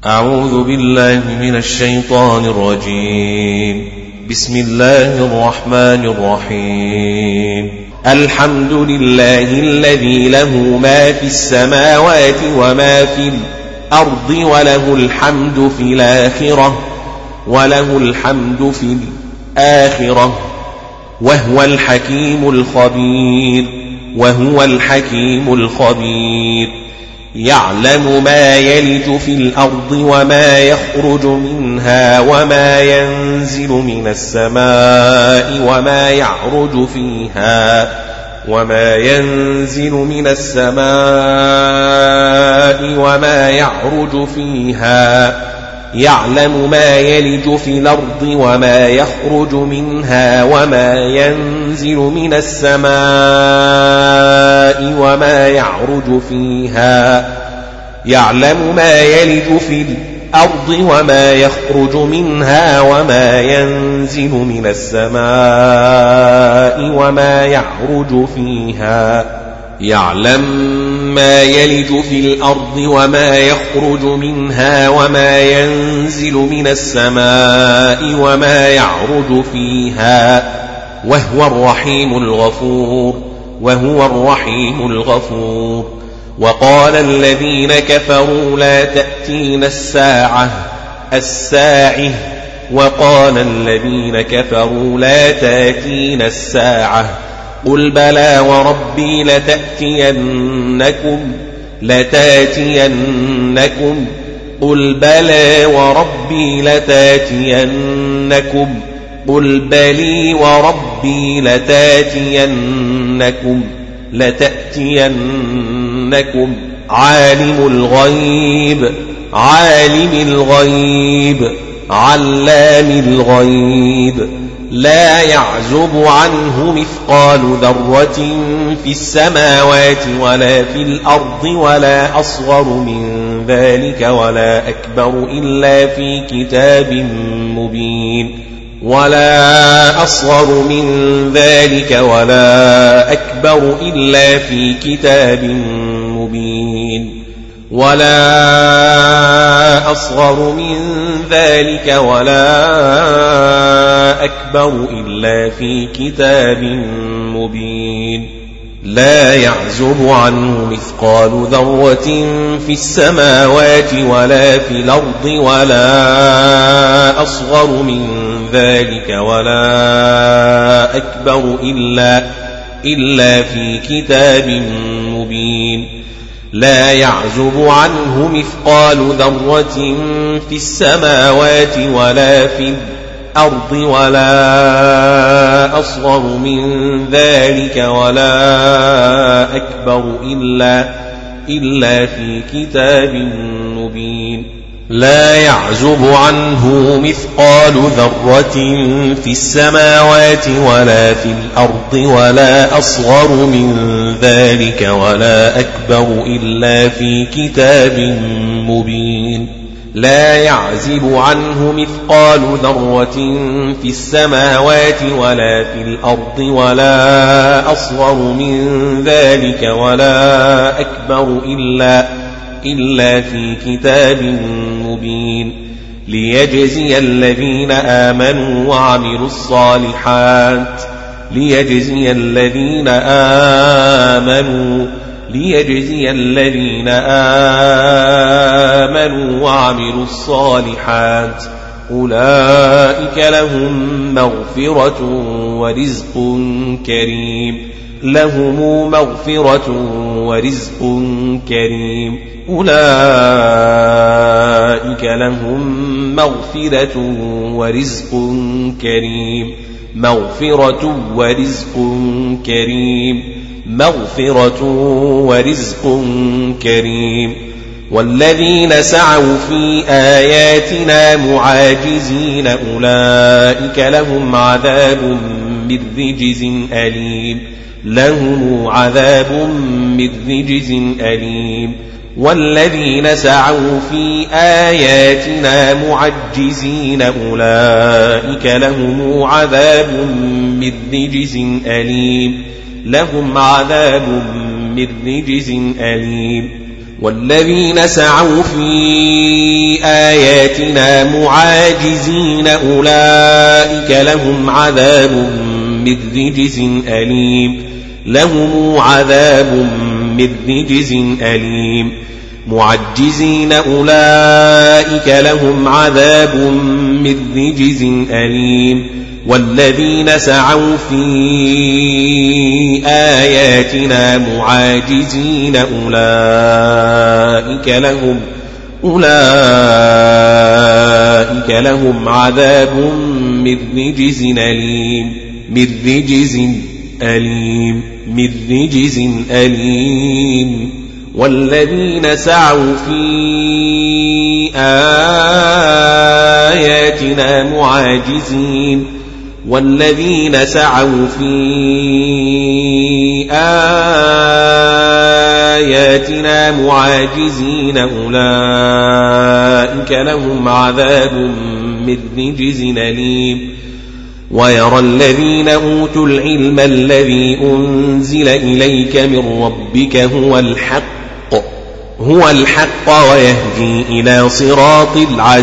أعوذ بالله من الشيطان الرجيم. بسم الله الرحمن الرحيم. الحمد لله الذي له ما في السماوات وما في الأرض وله الحمد في الآخرة وهو الحكيم الخبير يعلم ما يلج في الأرض وما يخرج منها وما ينزل من السماء وما يعرج فيها يعلم ما يلج في الأرض وما يخرج منها وما ينزل من السماء وما يعرج فيها يعلم ما يلج في الأرض وما يخرج منها وما ينزل من السماء وما يعرج فيها يعلم ما يلج في الأرض وما يخرج منها وما ينزل من السماء وما يعرج فيها وهو الرحيم الغفور. وقال الذين كفروا لا تأتينا الساعة قل بلى وربي لتاتينكم قل بلى وربي لتاتينكم عالم الغيب علام الغيب لا يعزب عنه مثقال ذرة في السماوات ولا في الأرض ولا أصغر من ذلك ولا أكبر إلا في كتاب مبين لا يعزب عنه مثقال ذرة في السماوات ولا في الأرض ولا أصغر من ذلك ولا أكبر إلا في كتاب مبين لا يعزب عنه مثقال ذرة في السماوات ولا في الأرض ولا أصغر من ذلك ولا أكبر إلا في كتاب مبين لا يعزب عنه مثقال ذرة في السماوات ولا في الأرض ولا أصغر من ذلك ولا أكبر إلا في كتاب مبين لا يعزب عنه مثقال ذرة في السماوات ولا في الأرض ولا أصغر من ذلك ولا أكبر إلا في كتاب مبين ليجزي الذين آمنوا وعملوا الصالحات أولئك لهم مغفرة ورزق كريم أولئك لهم مغفرة ورزق كريم والذين سعوا في آياتنا معاجزين أولئك لهم عذاب من رجز أليم والذين سعوا في آياتنا معجزين أولئك لهم عذاب من رجز أليم والذين سعوا في آياتنا معاجزين أولئك لهم عذاب من رجز أليم لهم عذاب من رجز أليم معجزين أولئك لهم عذاب من رجز أليم والذين سعوا في آياتنا معاجزين أولئك لهم عذاب من رجز أليم والذين سعوا في آياتنا معاجزين أولئك لهم عذاب من رجز أليم ويرى الذين أوتوا العلم الذي أنزل إليك من ربك هو الحق ويهدي إلى صراط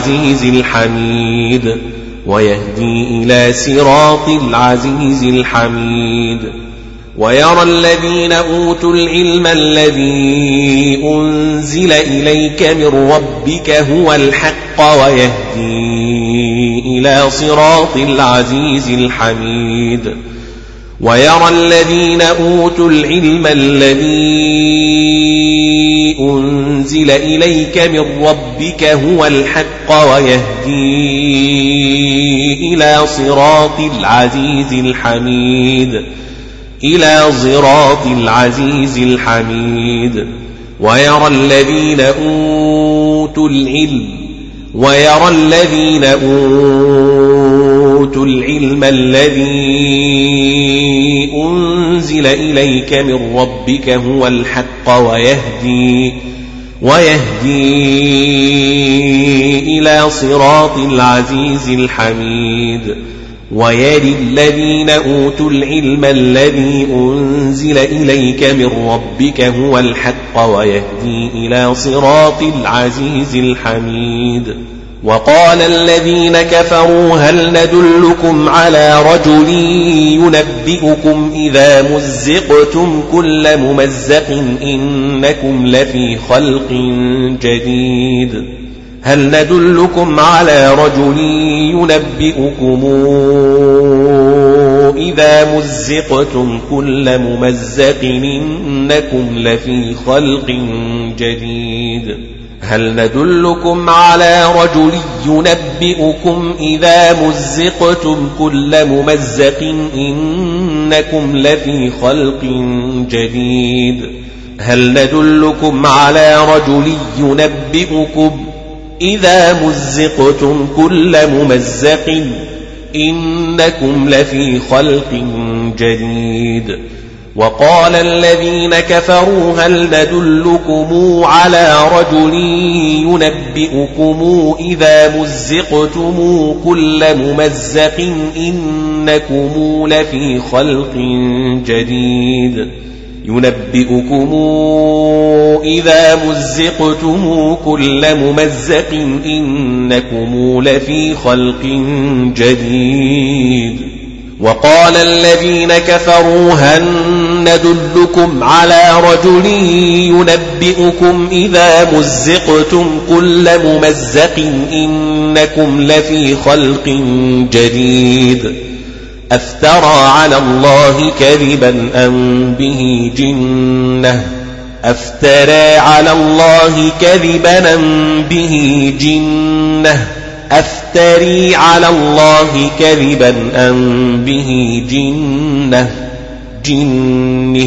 العزيز الحميد ويرى الذين أوتوا العلم الذي أنزل إليك من ربك هو الحق ويهدي إلى صراط العزيز الحميد ويرى الذين أوتوا العلم الذي أنزل إليك من ربك هو الحق ويهدي إلى صراط العزيز الحميد ويرى الذين أوتوا العلم الذي أنزل إليك من ربك هو الحق ويهدي إلى صراط العزيز الحميد ويرى الذين أوتوا العلم الذي أنزل إليك من ربك هو الحق ويهدي إلى صراط العزيز الحميد وقال الذين كفروا هل ندلكم على رجل ينبئكم إذا مزقتم كل ممزق إنكم لفي خلق جديد هل ندلكم على رجل ينبئكم إذا مزقتم كل ممزق إنكم لفي خلق جديد هل ندلكم على رجل ينبئكم إذا مزقتم كل ممزق إنكم لفي خلق جديد هل ندلكم على رجل ينبئكم إذا مزقتم كل ممزق إنكم لفي خلق جديد وقال الذين كفروا هل ندلكم على رجل ينبئكم إذا مزقتم كل ممزق إنكم لفي خلق جديد ينبئكم إذا مزقتم كل ممزق إنكم لفي خلق جديد وقال الذين كفروا هل ندلكم على رجل ينبئكم إذا مزقتم كل ممزق إنكم لفي خلق جديد أفترى على الله كذبا أم به جنة أفترى على الله كذبا أم به جنة أفتري على الله كذبا أم به جنة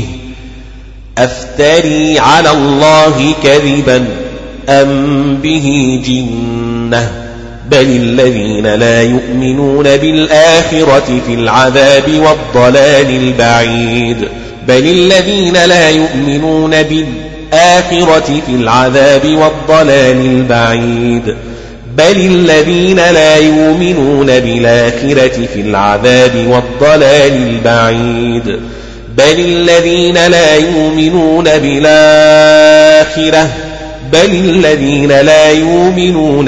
أفتري على الله كذبا أم به جنة بل الذين لا يؤمنون بالآخرة في العذاب والضلال البعيد بل الذين لا يؤمنون بالآخرة في العذاب والضلال البعيد بل الذين لا يؤمنون بالآخرة في العذاب والضلال البعيد بل الذين لا يؤمنون بالآخرة بل الذين لا يؤمنون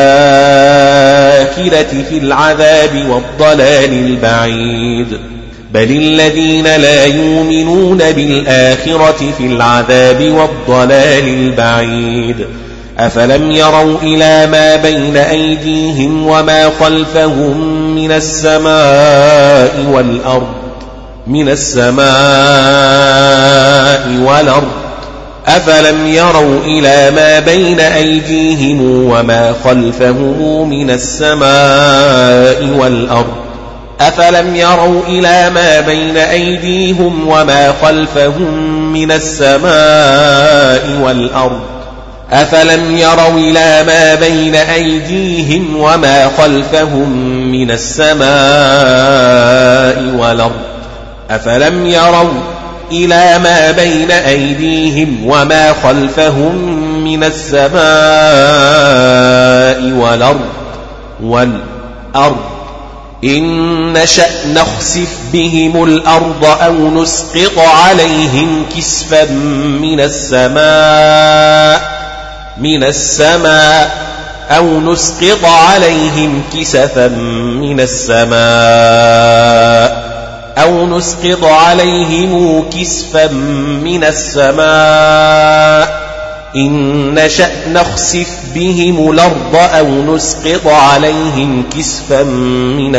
بالآخرة في العذاب والضلال البعيد بل الذين لا يؤمنون بالآخرة في العذاب والضلال البعيد أفلم يروا إلى ما بين أيديهم وما خلفهم من السماء والأرض أفلم يروا إلى ما بين أيديهم وما خلفهم من السماء والأرض أفلم يروا إلى ما بين أيديهم وما خلفهم من السماء والأرض أفلم يروا إلى ما بين أيديهم وما خلفهم من السماء والأرض أفلم يروا إلى ما بين أيديهم وما خلفهم من السماء والأرض إن نشأ نخسف بهم الأرض أو نسقط عليهم كسفا من السماء أو نسقط عليهم كسفا من السماء أو نسقط عليهم كسفا من السماء إن نشأ نخسف بهم الأرض أو نسقط عليهم كسفا من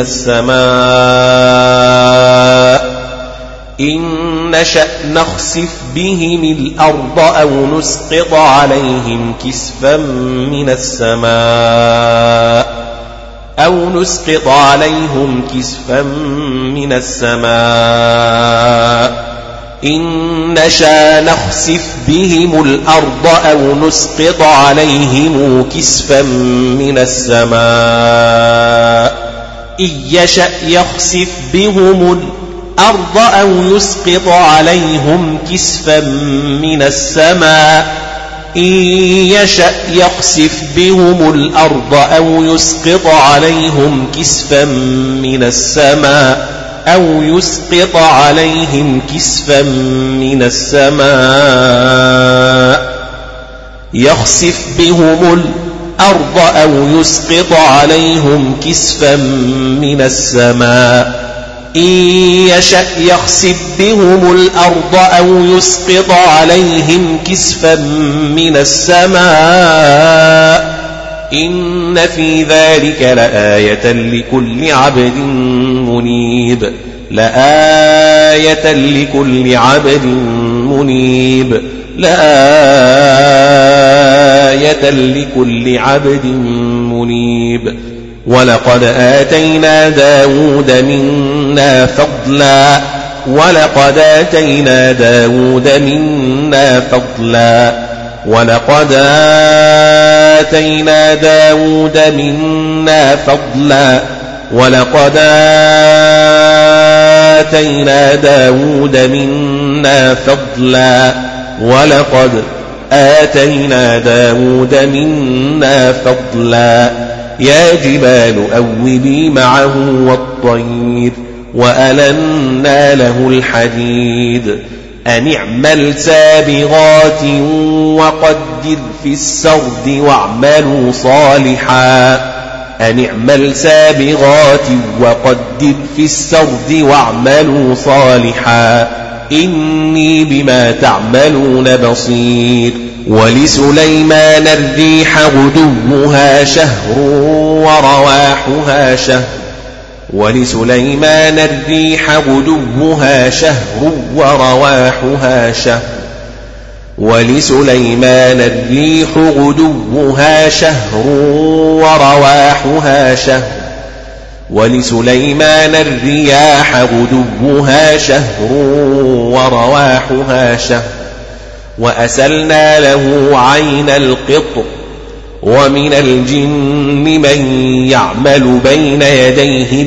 السماء إن نشأ نخسف بهم الأرض أو نسقط عليهم كسفا من السماء أو نسقط عليهم كسفا من السماء إن نشأ نخسف بهم الأرض أو نسقط عليهم كسفا من السماء إن يشأ يخسف بهم الأرض أو يسقط عليهم كسفا من السماء إن يشأ يخسف بهم الأرض أو يسقط عليهم كسفا من السماء أو يسقط عليهم كسفا من السماء يخسف بهم الأرض أو يسقط عليهم كسفا من السماء إن يشأ يخسف بهم الأرض أو يسقط عليهم كسفا من السماء إن في ذلك لآية لكل عبد منيب لآية لكل عبد منيب لآية لكل عبد منيب ولقد آتينا داود منا فضلا ولقد آتينا داود منا فضلا ولقد آتينا داود منا فضلا ولقد آتينا داود منا فضلا ولقد آتينا داود منا فضلا يا جبال أوبي معه والطير وألنا له الحديد أن اعمل سابغات وقدر في السرد واعملوا صالحا أن اعمل سابغات وقدر في السرد واعملوا صالحا إني بما تعملون بصير ولسليمان الريح غدوها شهر ورواحها شهر ولسليمان الريح غدوها شهر ورواحها شهر ولسليمان الريح غدوها شهر ورواحها شهر ولسليمان الرياح غدوها شهر ورواحها شهر وأسلنا له عين القطر ومن الجن من يعمل بين يديه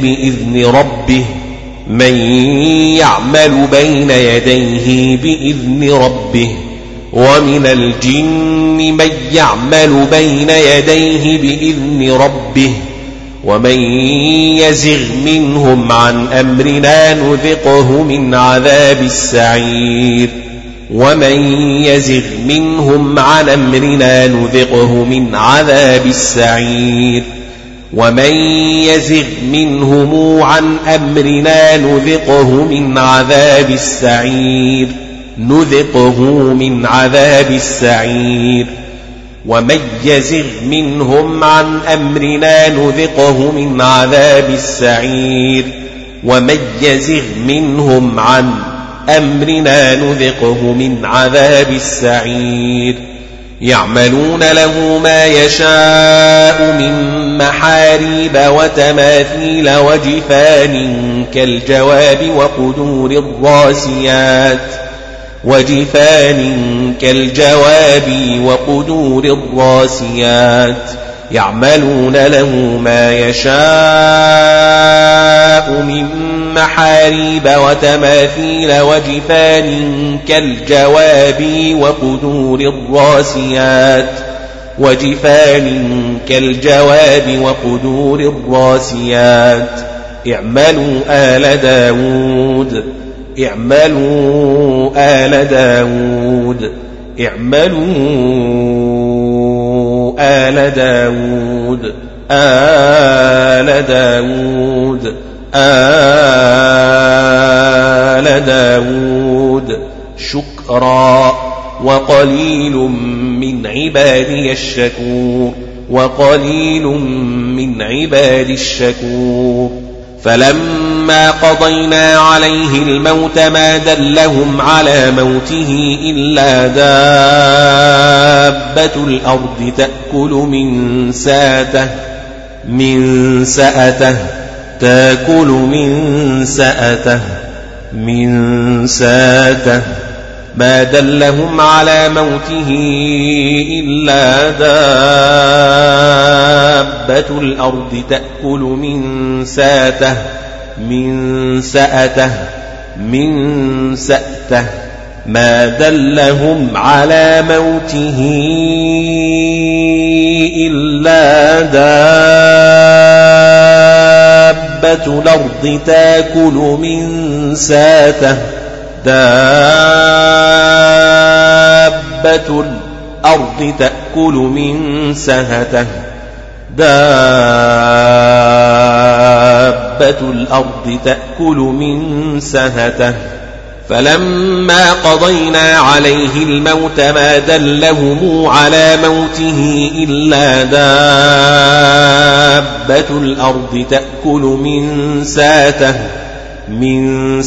بإذن ربه ومن الجن من يعمل بين يديه بإذن ربه ومن يزغ منهم عن أمرنا نذقه من عذاب السعير ومن يزغ منهم عن أمرنا نذقه من عذاب السعير ومن يزغ منهم عن أمرنا نذقه من عذاب السعير من عذاب السعير ومن يزغ منهم عن أمرنا نذقه من عذاب السعير ومن يزغ منهم عن أمرنا نذقه من عذاب السعير يعملون له ما يشاء من محاريب وتماثيل وجفان كالجواب وقدور الراسيات يعملون له ما يشاء من محاريب وتماثيل وجفان كالجواب وقدور الراسيات اعملوا آل داود آل داود شكرا وقليل من عبادي الشكور فلما قضينا عليه الموت ما دلهم على موته إلا دابة الأرض تأكل من سأته ما دلهم على موته إلا دابة الأرض تأكل من سأته ما دلهم على موته إلا دابة الأرض تأكل من سأته فلما قضينا عليه الموت ما دلهم على موته إلا دابة الأرض تأكل من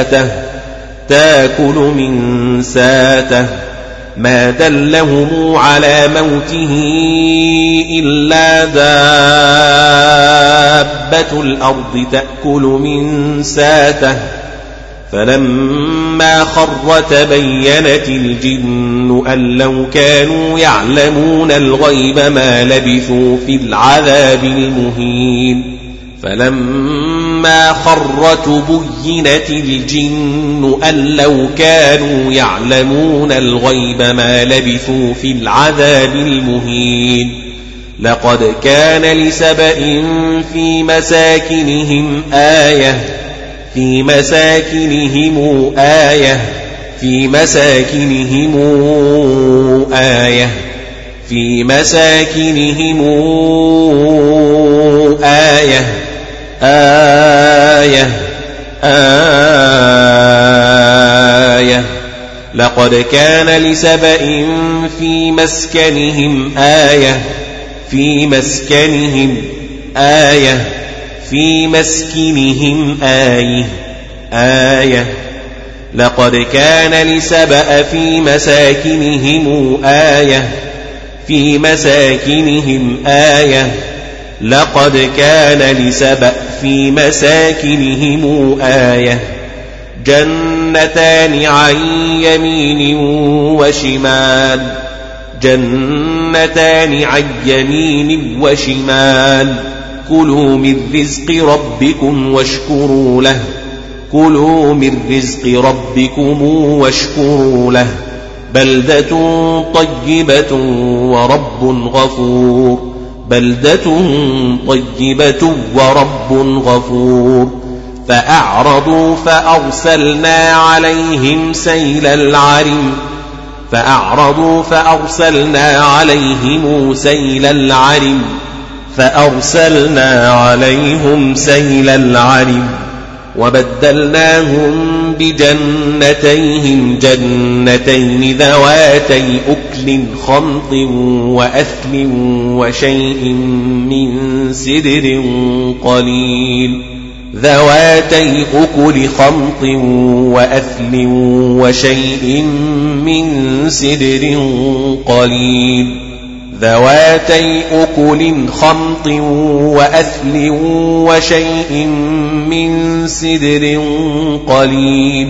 سأته ما دلهم على موته إلا دابة الأرض تأكل من سأته فلما خر تبينت الجن أن لو كانوا يعلمون الغيب ما لبثوا في العذاب المهين فلما خر تبينت الجن أن لو كانوا يعلمون الغيب ما لبثوا في العذاب المهين لقد كان لسبإ في مساكنهم آية لقد كان لسبإ في مسكنهم آية لقد كان لسبأ في مساكنهم آية جنتان عن يمين وشمال كلوا من رزق ربكم واشكروا له بلدة طيبة ورب غفور فأعرضوا فأرسلنا عليهم سيل العرم وبدلناهم بجنتيهم جنتين ذواتي أكل خمط وأثل وشيء من سدر قليل ذواتي أكل خمط وأثل وشيء من سدر قليل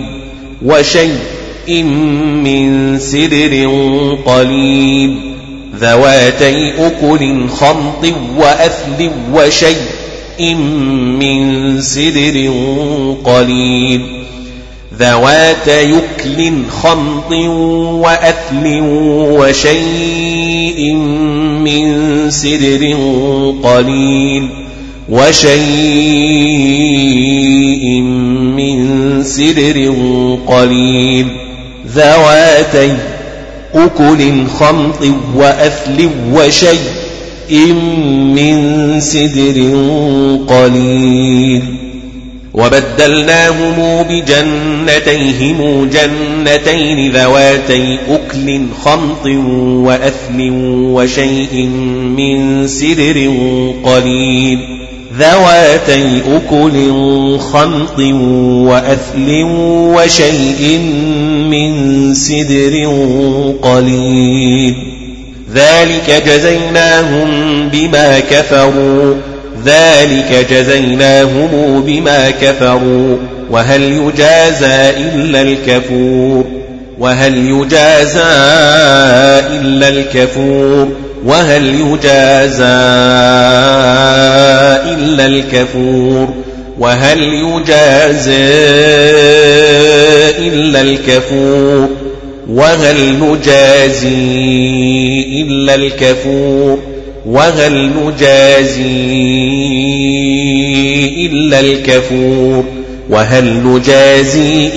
ذواتي أكل خمط وأثل وشيء من سدر قليل ذوات يكل خمط وأثل وشيء من سدر قليل ذواتي أكل خمط وأثل وشيء من سدر قليل وبدلناهم بجنتيهم جنتين ذواتي أكل خمط وأثل وشيء من سدر قليل ذلك جزيناهم بما كفروا وهل يجازى إلا الكفور وهل نجازي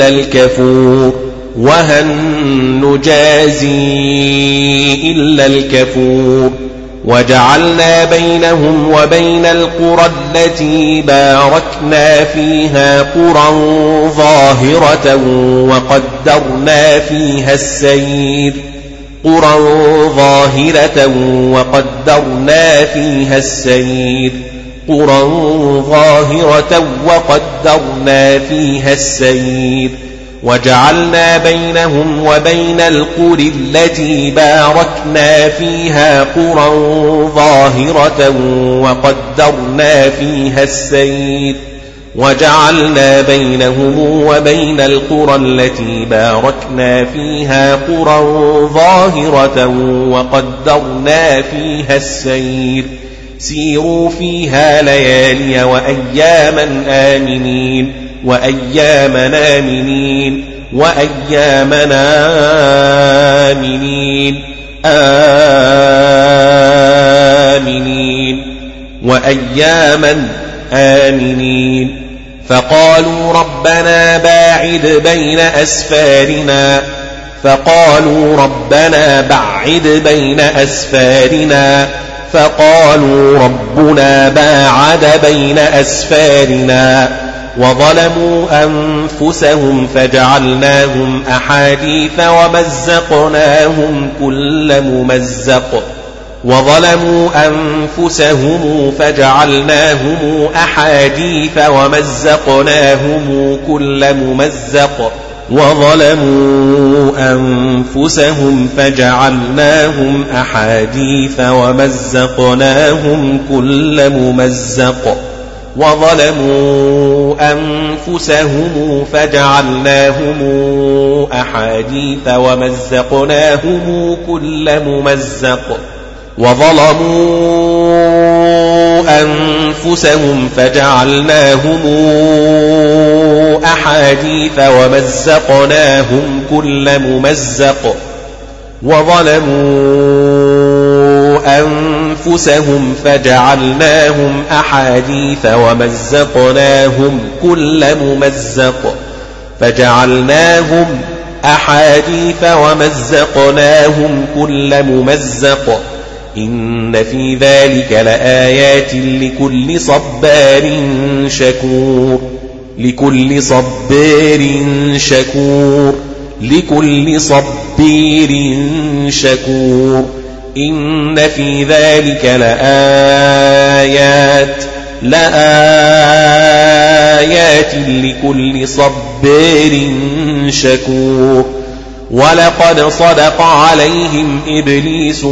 إلا الكفور وجعلنا بينهم وبين القرى التي باركنا فيها قرى ظاهرة وقدرنا فيها السير وجعلنا بينهم وبين القرى التي باركنا فيها قرى ظاهرة وقدرنا فيها السير وجعلنا بينهم وبين القرى التي باركنا فيها قرى ظاهرة وقدرنا فيها السير سيروا فيها ليالي وأياما آمنين فقالوا ربنا باعد بين أسفارنا فقالوا ربنا باعد بين أسفارنا وظلموا أنفسهم فجعلناهم أحاديث ومزقناهم كل ممزق وظلموا أنفسهم فجعلناهم أحاديث ومزقناهم كل ممزق وظلموا أنفسهم فجعلناهم أحاديث ومزقناهم كل ممزق إن في ذلك لآيات لكل صبار شكور إن في ذلك لآيات لكل صبار شكور ولقد صدق عليهم إبليس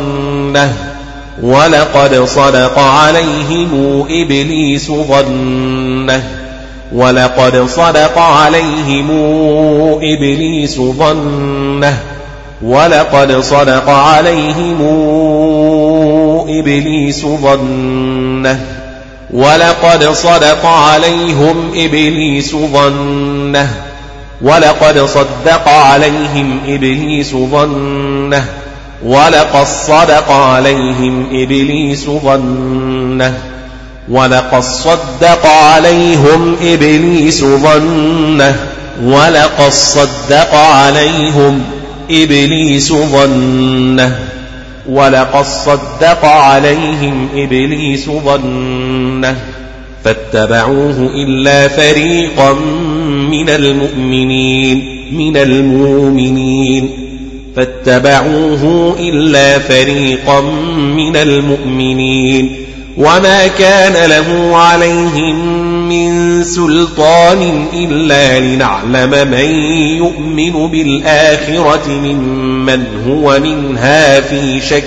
ظنه فاتبعوه إلا فريقا من المؤمنين وما كان له عليهم من سلطان إلا لنعلم من يؤمن بالآخرة ممن هو منها في شك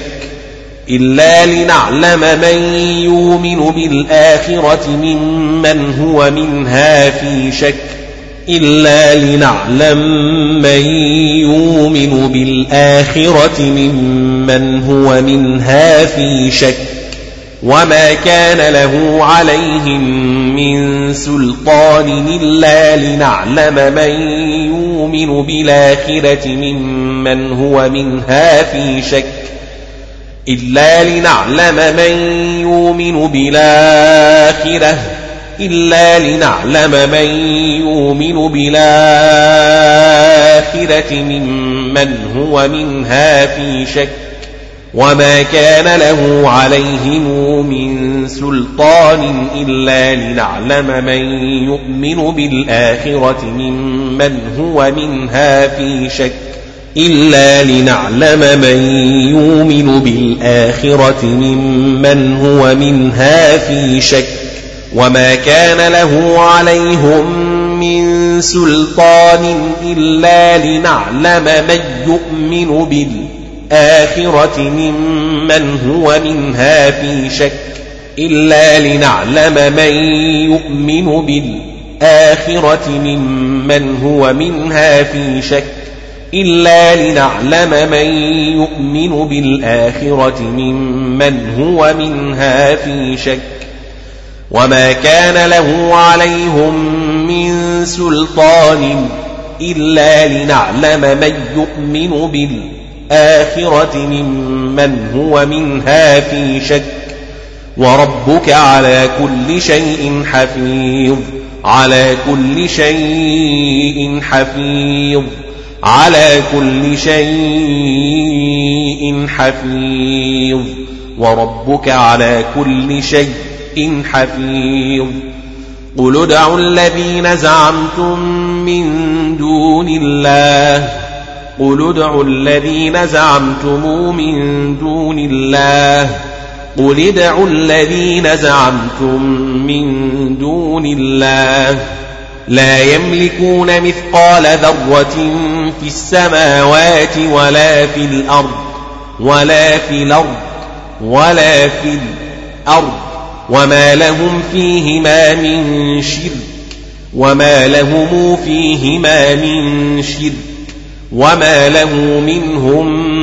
وما كان له عليهم من سلطان إلا لنعلم من يؤمن بالآخرة ممن هو منها في شك وما كان له عليهم من سلطان إلا لنعلم من يؤمن بالآخرة ممن هو منها في شك وما كان له عليهم من سلطان إلا لنعلم من يؤمن بالآخرة ممن هو منها في شك وما كان له عليهم من سلطان إلا لنعلم من يؤمن بالآخرة ممن هو منها في شك وربك على كل شيء حفيظ وربك على كل شيء حفيظ قل ادعوا الذين زعمتم من دون الله لا يملكون مثقال ذرة في السماوات ولا في الأرض وما لهم فيهما من شرك وما له منهم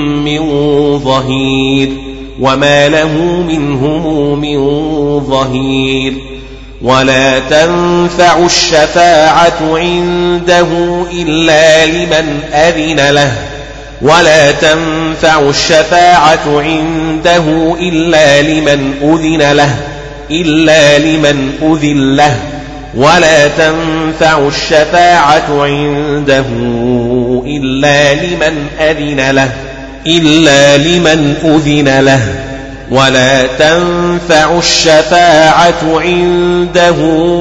من ظهير ولا تنفع الشفاعة عنده إلا لمن أذن له ولا تنفع الشفاعة عنده إلا لمن أذن له ولا تنفع الشفاعة عنده إلا لمن أذن له ولا تنفع الشفاعة عنده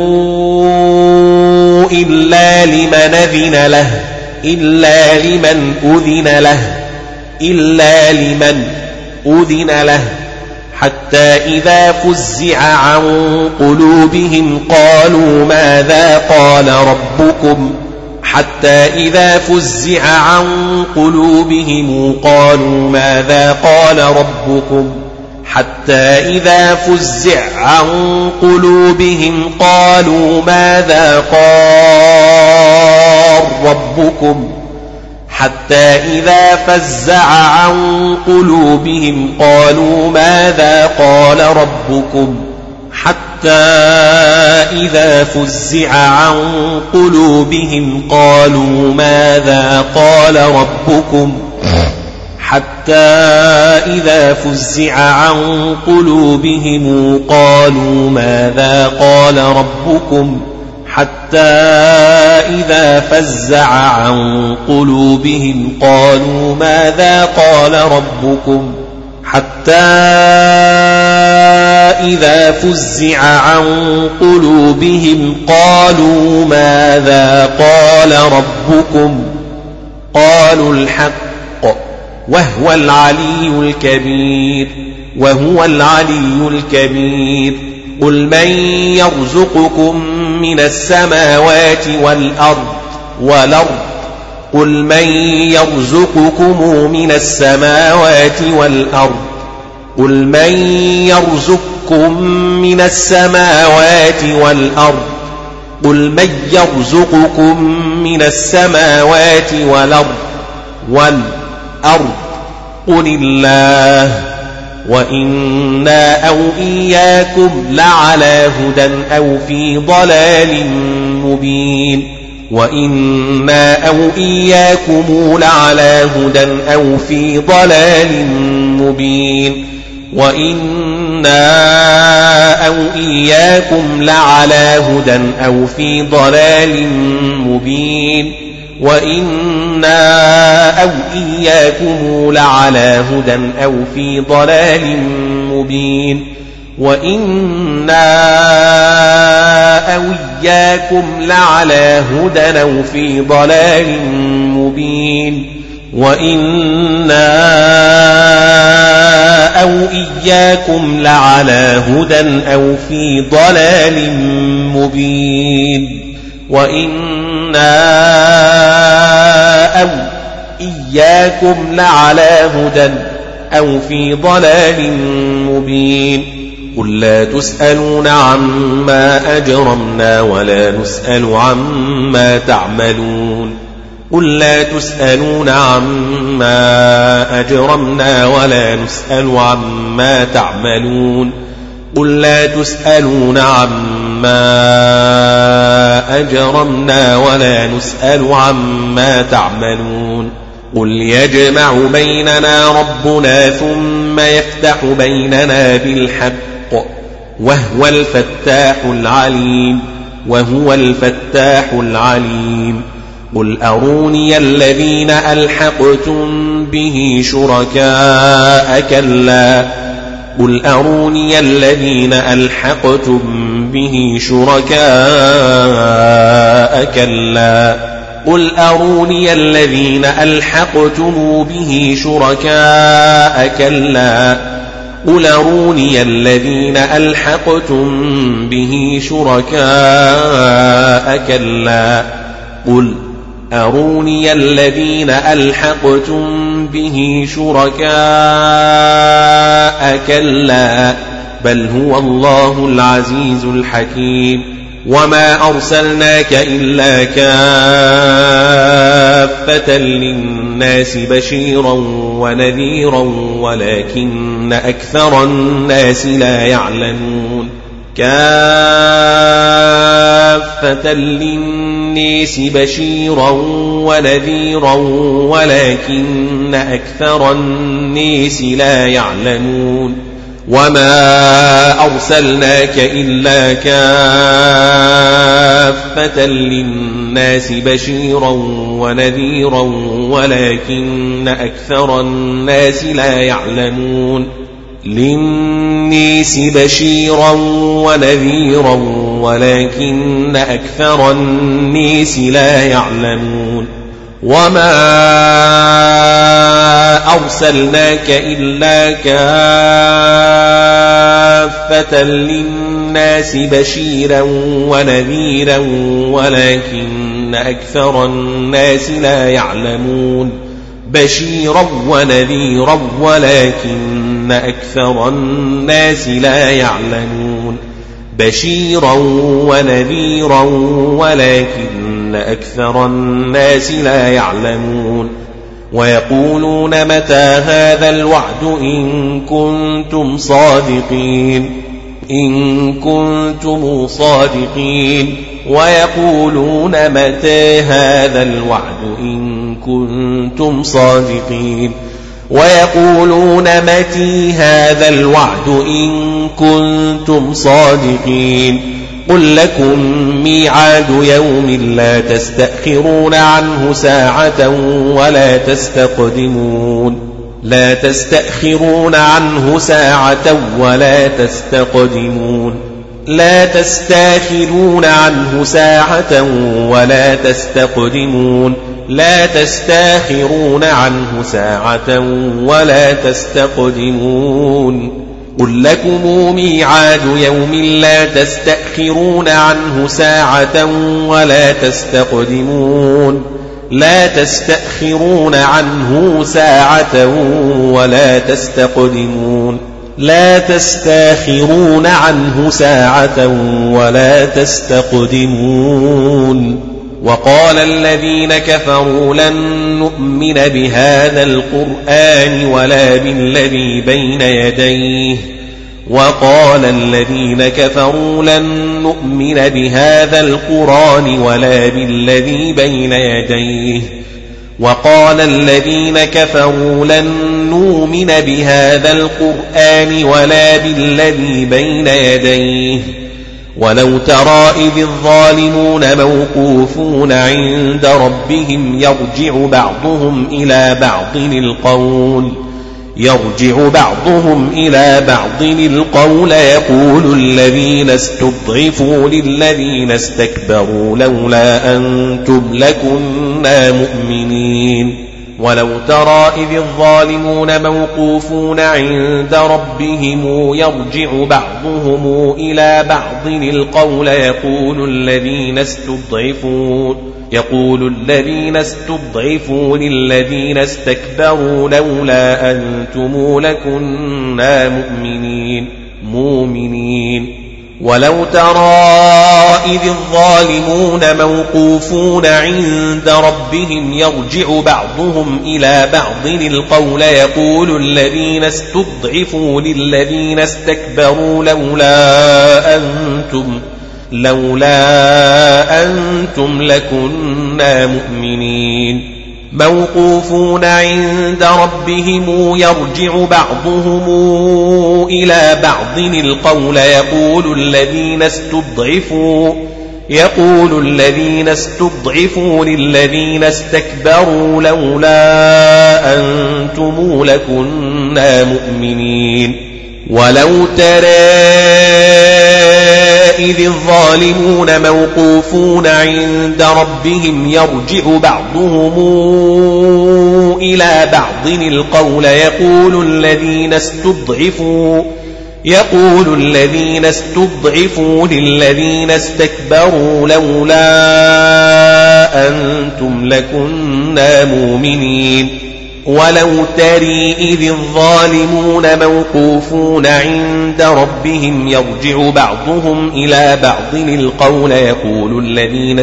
إلا لمن أذن له حتى إذا فزع عن قلوبهم قالوا ماذا قال ربكم حتى إذا فزع عن قلوبهم قالوا ماذا قال ربكم حتى إذا فزع عن قلوبهم قالوا ماذا قال ربكم حتى إذا فزع عن قلوبهم قالوا ماذا قال ربكم حتى إذا فزع عن قلوبهم قالوا ماذا قال ربكم حتى إذا فزع عن قلوبهم قالوا ماذا قال ربكم قالوا الحق وهو العلي الكبير قل من يرزقكم من السماوات والأرض قل من يرزقكم من السماوات والأرض قل من يرزقكم من السماوات والأرض قل من يرزقكم من السماوات والأرض قل الله وإنا أو إياكم لعلى هدى أو في ضلال مبين وإنا أو إياكم لعلى هدى أو في ضلال مبين وإنا أو إياكم لعلى هدى أو في ضلال مبين وإنا أو إياكم لعلى هدى أو في ضلال مبين وإنا أو إياكم لعلى هدى أو في ضلال مبين وإنا أو إياكم لعلى هدى أو في ضلال مبين وإنا أو إياكم لعلى هدى أو في ضلال مبين قل لا تسألون عما أجرمنا ولا نسأل عما تعملون قل لا تسألون عما أجرمنا ولا نسأل عما تعملون قل لا تسألون عما أجرمنا ولا نسأل عما تعملون قل يجمع بيننا ربنا ثم يفتح بيننا بالحق وهو الفتاح العليم قل أروني الذين ألحقتم به شركاء كلا قل أروني الذين ألحقتم به شركاء كلا قل أروني الذين ألحقتم به شركاء كلا قل أروني الذين ألحقتم به شركاء كلا قل أروني الذين ألحقتم به شركاء كلا بل هو الله العزيز الحكيم وما أرسلناك إلا كافة للناس بشيرا ونذيرا ولكن أكثر الناس لا يعلمون كافة للناس للناس بشيرا ونذيرا ولكن أكثر الناس لا يعلمون وما أرسلناك إلا كافة للناس بشيرا ونذيرا ولكن أكثر الناس لا يعلمون للناس بشيرا ونذيرا ولكن أكثر الناس لا يعلمون وما أرسلناك إلا كافة للناس بشيرا ونذيرا ولكن أكثر الناس لا يعلمون بشيرا ونذيرا ولكن أكثر الناس لا يعلمون بشيرا ونذيرا ولكن أكثر الناس لا يعلمون ويقولون متى هذا الوعد إن كنتم صادقين إن كنتم صادقين ويقولون متى هذا الوعد إن كنتم صادقين ويقولون متى هذا الوعد إن كنتم صادقين قل لكم ميعاد يوم لا تستأخرون عنه ساعة ولا تستقدمون لا تستأخرون عنه ساعة ولا تستقدمون لا تستأخرون عنه ساعة ولا تستقدمون لا تستأخرون عنه ساعة ولا تستقدمون قل لكم ميعاد يوم لا تستأخرون عنه ساعة ولا تستقدمون لا تستأخرون عنه ساعة ولا تستقدمون لا تستأخرون عنه ساعة ولا تستقدمون وقال الذين كفروا لن نؤمن بهذا القرآن ولا بالذي بين يديه وقال الذين كفروا لن نؤمن بهذا القرآن ولا بالذي بين يديه وقال الذين كفروا لن نؤمن بهذا القرآن ولا بالذي بين يديه ولو ترى إذ الظالمون موقوفون عند ربهم يرجع بعضهم إلى بعض القول يقول الذين استضعفوا للذين استكبروا لولا أنتم لكنا مؤمنين ولو ترى إذ الظالمون موقوفون عند ربهم يرجع بعضهم إلى بعض القول يقول الذين استضعفوا للذين استكبروا لولا أنتم لكنا مؤمنين ولو ترى إذ الظالمون موقوفون عند ربهم يرجع بعضهم إلى بعض القول يقول الذين استضعفوا للذين استكبروا لولا أنتم لكنا مؤمنين موقوفون عند ربهم يرجع بعضهم إلى بعض القول يقول الذين استضعفوا للذين استكبروا لولا أنتم لكنا مؤمنين ولو ترى إذ الظالمون موقوفون عند ربهم يرجع بعضهم إلى بعض القول يقول الذين استضعفوا للذين استكبروا لولا أنتم لكنا مؤمنين ولو ترى إذ الظالمون موقوفون عند ربهم يرجع بعضهم إلى بعض القول يقول الذين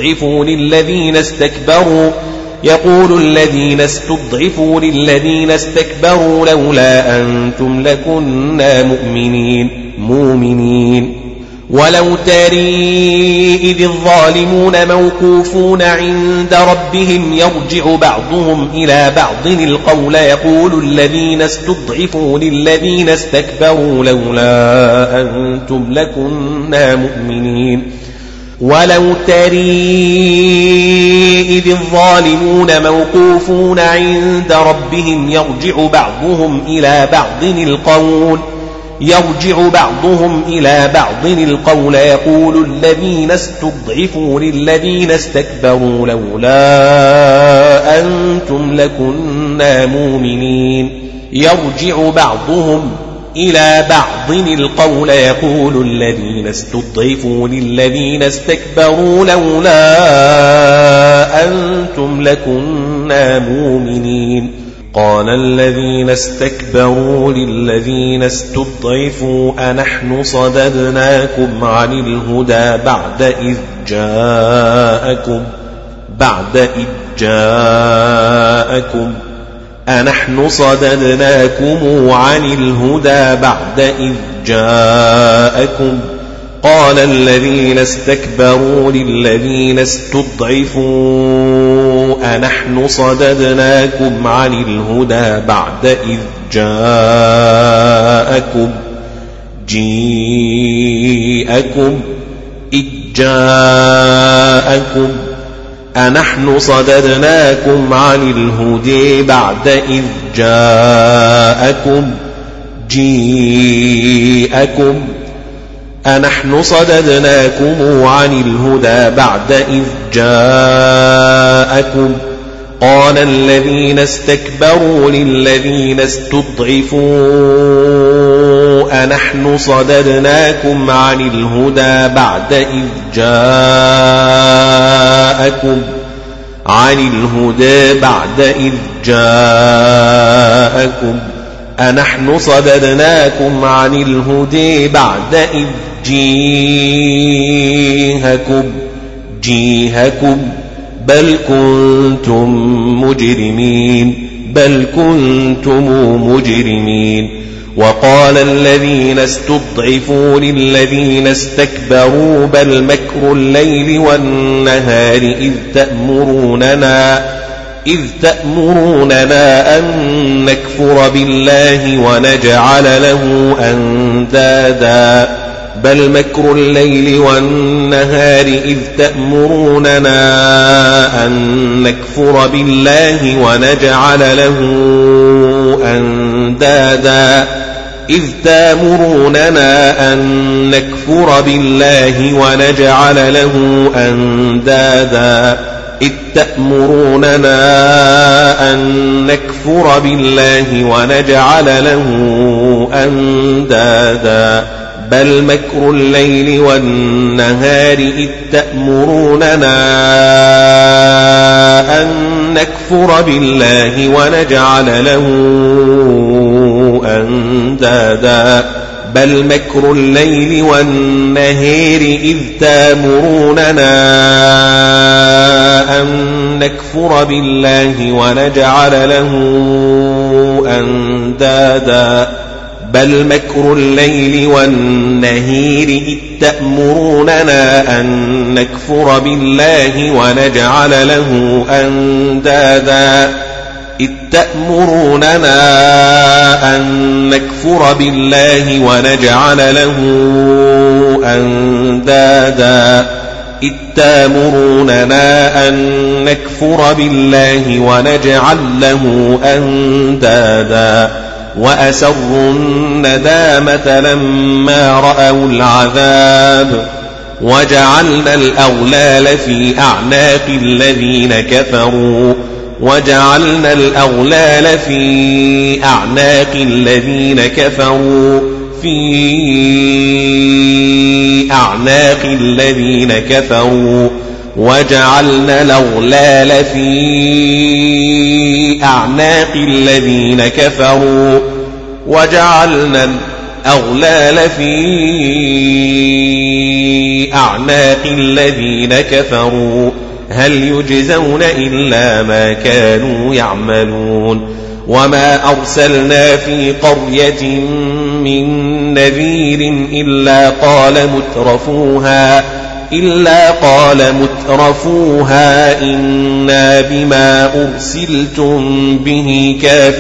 استضعفوا للذين استكبروا لولا أنتم لكنا مؤمنين ولو ترى إذ الظالمون موقوفون عند ربهم يرجع بعضهم إلى بعض القول يقول الذين استضعفوا للذين استكبروا لولا أنتم لكنا مؤمنين ولو ترى إذ الظالمون موقوفون عند ربهم يرجع بعضهم إلى بعض القول يقول الذين استضعفوا للذين استكبروا لولا أنتم لكنا مؤمنين يرجع بعضهم إلى بعض القول يقول الذين استضعفوا للذين استكبروا لولا أنتم لكنا مؤمنين قال الذين استكبروا للذين استضعفوا أنحن صددناكم عن الهدى أنحن صددناكم عن الهدى بعد إذ جاءكم قال الذين استكبروا للذين استضعفوا أنحن صددناكم عن الهدى بعد إذ جاءكم أنحن صددناكم عن الهدى بعد إذ جاءكم أنحن صددناكم عن الهدى بعد إذ جاءكم قال الذين استكبروا للذين استضعفوا أنحن صددناكم عن الهدى بعد إذ جاءكم أنحن صددناكم عن الهدى بعد إذ جيهكم بل كنتم مجرمين وقال الذين استضعفوا للذين استكبروا بل مكر الليل والنهار إذ تأمروننا أن نكفر بالله ونجعل له أندادا بل مكر الليل والنهار إذ تأمروننا أن نكفر بالله ونجعل له أندادا إذ تأمروننا أن نكفر بالله ونجعل له أندادا بل مكر الليل والنهار إذ تأمروننا أن نكفر بالله ونجعل له أندادا بل مكر الليل والنهار إذ تأمروننا أن نكفر بالله ونجعل له أندادا بل مكر الليل والنهار إذ تأمروننا أن نكفر بالله ونجعل له أندادا إذ تأمروننا أن نكفر بالله ونجعل له أندادا إذ تأمروننا أن نكفر بالله ونجعل له أندادا وأسروا الندامة لما رأوا العذاب وجعلنا الأغلال في أعناق الذين كفروا وجعلنا الأغلال في أعناق الذين كفروا هل يجزون إلا ما كانوا يعملون وما أرسلنا في قرية من نذير إلا قال مترفوها إنا بما أرسلتم به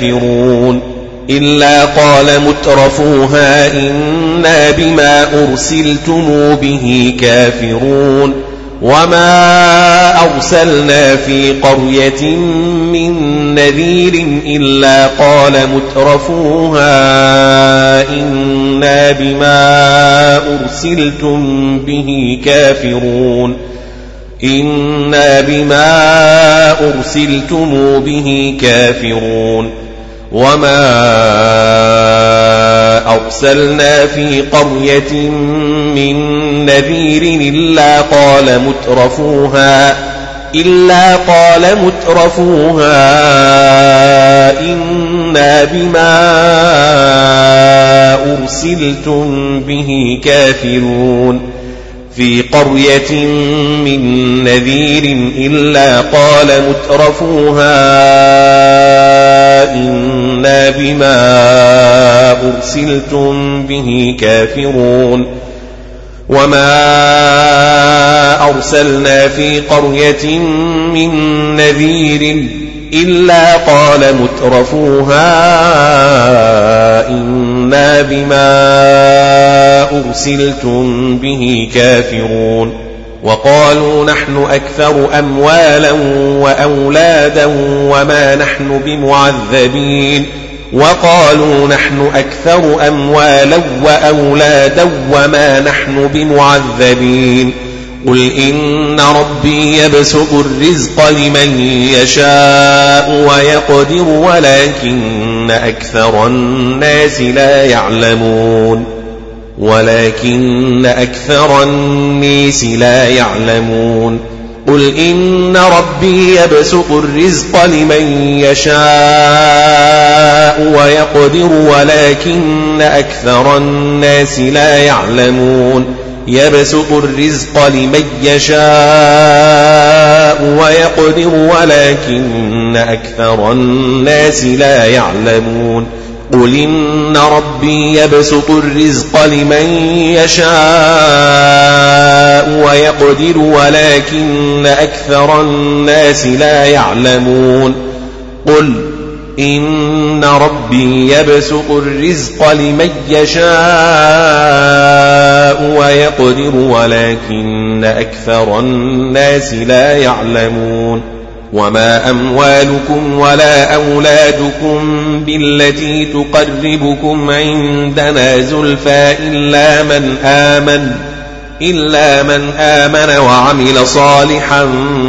كافرون وما أرسلنا في قرية من نذير إلا قال مترفوها إنا بما أرسلتم به كافرون وما أرسلنا في قرية من نذير إلا قال مترفوها إنا بما أرسلتم به كافرون في قرية من نذير إلا قال مترفوها إنا بما أرسلتم به كافرون وما أرسلنا في قرية من نذير إلا قال مترفوها إنا بما أرسلتم به كافرون وقالوا نحن أكثر أموالا وأولادا وما نحن بمعذبين قل إن ربي يبسط الرزق لمن يشاء ويقدر ولكن أكثر الناس لا يعلمون قل إن ربي يبسط الرزق لمن يشاء ويقدر ولكن أكثر الناس لا يعلمون يبسط الرزق لمن يشاء ويقدر ولكن أكثر الناس لا يعلمون قل إن ربي يبسط الرزق لمن يشاء ويقدر ولكن أكثر الناس لا يعلمون قل إن ربي يبسط الرزق لمن يشاء ويقدر ولكن أكثر الناس لا يعلمون وما أموالكم ولا أولادكم بالتي تقربكم عندنا زلفى إلا من آمن وعمل صالحا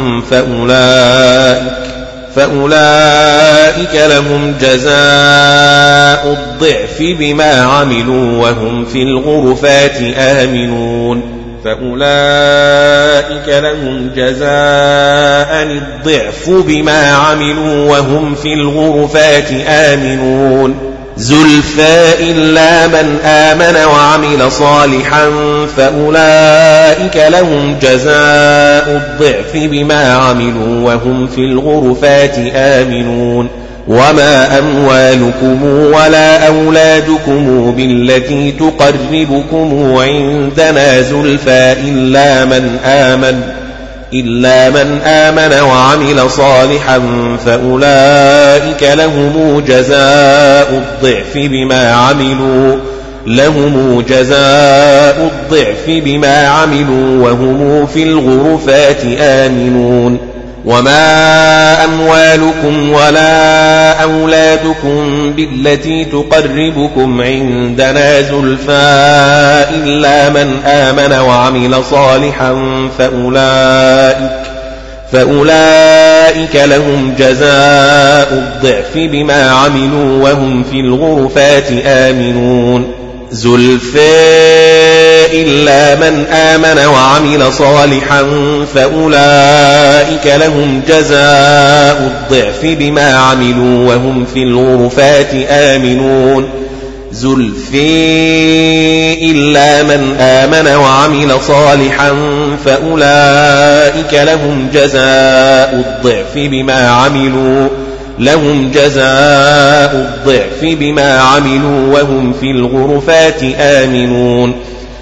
فأولئك لهم جزاء الضعف بما عملوا وهم في الغرفات آمنون زلفى إلا من آمن وعمل صالحا فأولئك لهم جزاء الضعف بما عملوا وهم في الغرفات آمنون وما أموالكم ولا أولادكم بالتي تقربكم عندنا زلفى إلا من آمن وعمل صالحا فأولئك لهم جزاء الضعف بما عملوا وهم في الغرفات آمنون وما أموالكم ولا أولادكم بالتي تقربكم عندنا زلفى إلا من آمن وعمل صالحا فأولئك لهم جزاء الضعف بما عملوا وهم في الغرفات آمنون زلفى إلا من آمن وعمل صالحا فأولئك لهم جزاء الضعف بما عملوا وهم في الغرفات آمنون زلفى إلا من آمن وعمل صالحا فأولئك لهم جزاء الضعف بما عملوا لهم جزاء الضعف بما عملوا وهم في الغرفات آمنون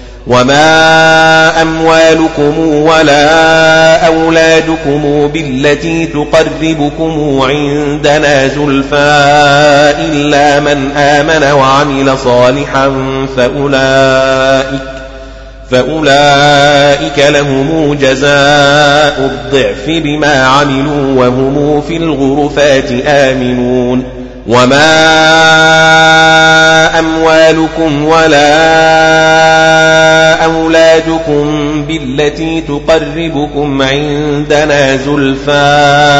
وما أموالكم ولا أولادكم بالتي تقربكم عندنا زلفى إلا من آمن وعمل صالحا فأولئك لهم جزاء الضعف بما عملوا وهم في الغرفات آمنون وما أموالكم ولا أولادكم بالتي تقربكم عندنا زلفى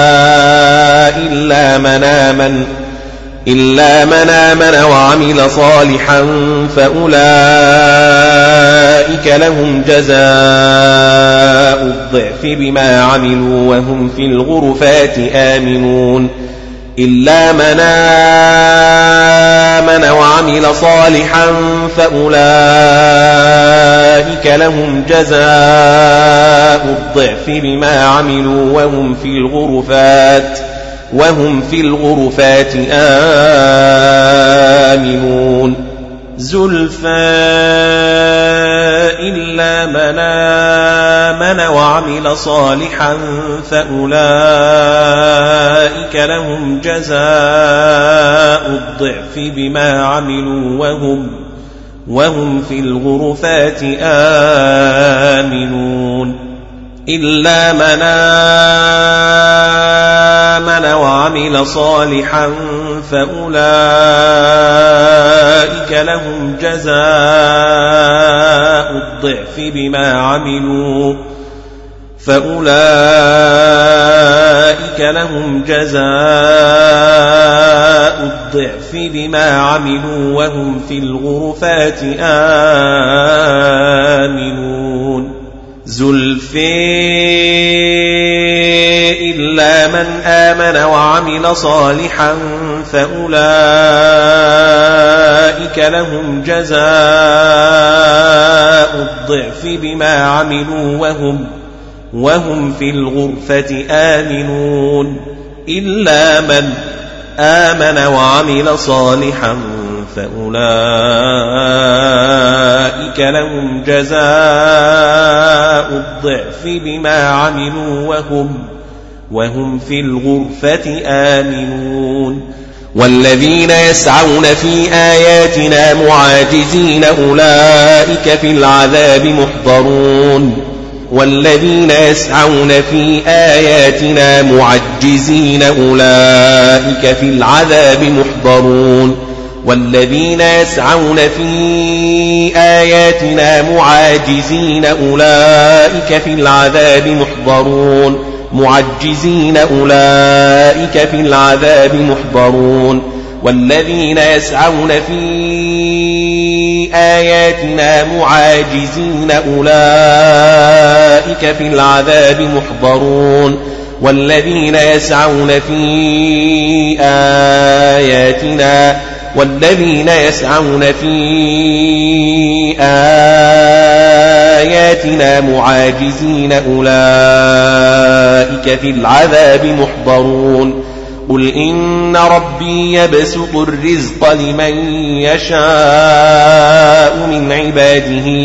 إلا من آمن وعمل صالحا فأولئك لهم جزاء الضعف بما عملوا وهم في الغرفات آمنون إلا من آمن وعمل صالحا فأولئك لهم جزاء الضعف بما عملوا وهم في الغرفات آمنون زلفى إلا من آمن وعمل صالحا فأولئك لهم جزاء الضعف بما عملوا وهم في الغرفات آمنون إلا من آمن وعمل صالحا فأولئك لهم جزاء الضعف بما عملوا وهم في الغرفات آمنون زلفي إلا من آمن وعمل صالحا فأولئك لهم جزاء الضعف بما عملوا وهم في الغرفة آمنون إلا من آمن وعمل صالحا فأولئك لهم جزاء الضعف بما عملوا وهم في الغرفة آمنون والذين يسعون في آياتنا معاجزين أولئك في العذاب محضرون والذين يسعون في آياتنا معجزين أولئك في العذاب محضرون والذين يسعون في آياتنا معاجزين أولئك في العذاب محضرون معجزين أولئك في العذاب محضرون والذين يسعون في آياتنا معاجزين أولئك في العذاب محضرون والذين يسعون في آياتنا معاجزين أولئك في العذاب محضرون قل إن ربي يبسط الرزق لمن يشاء من عباده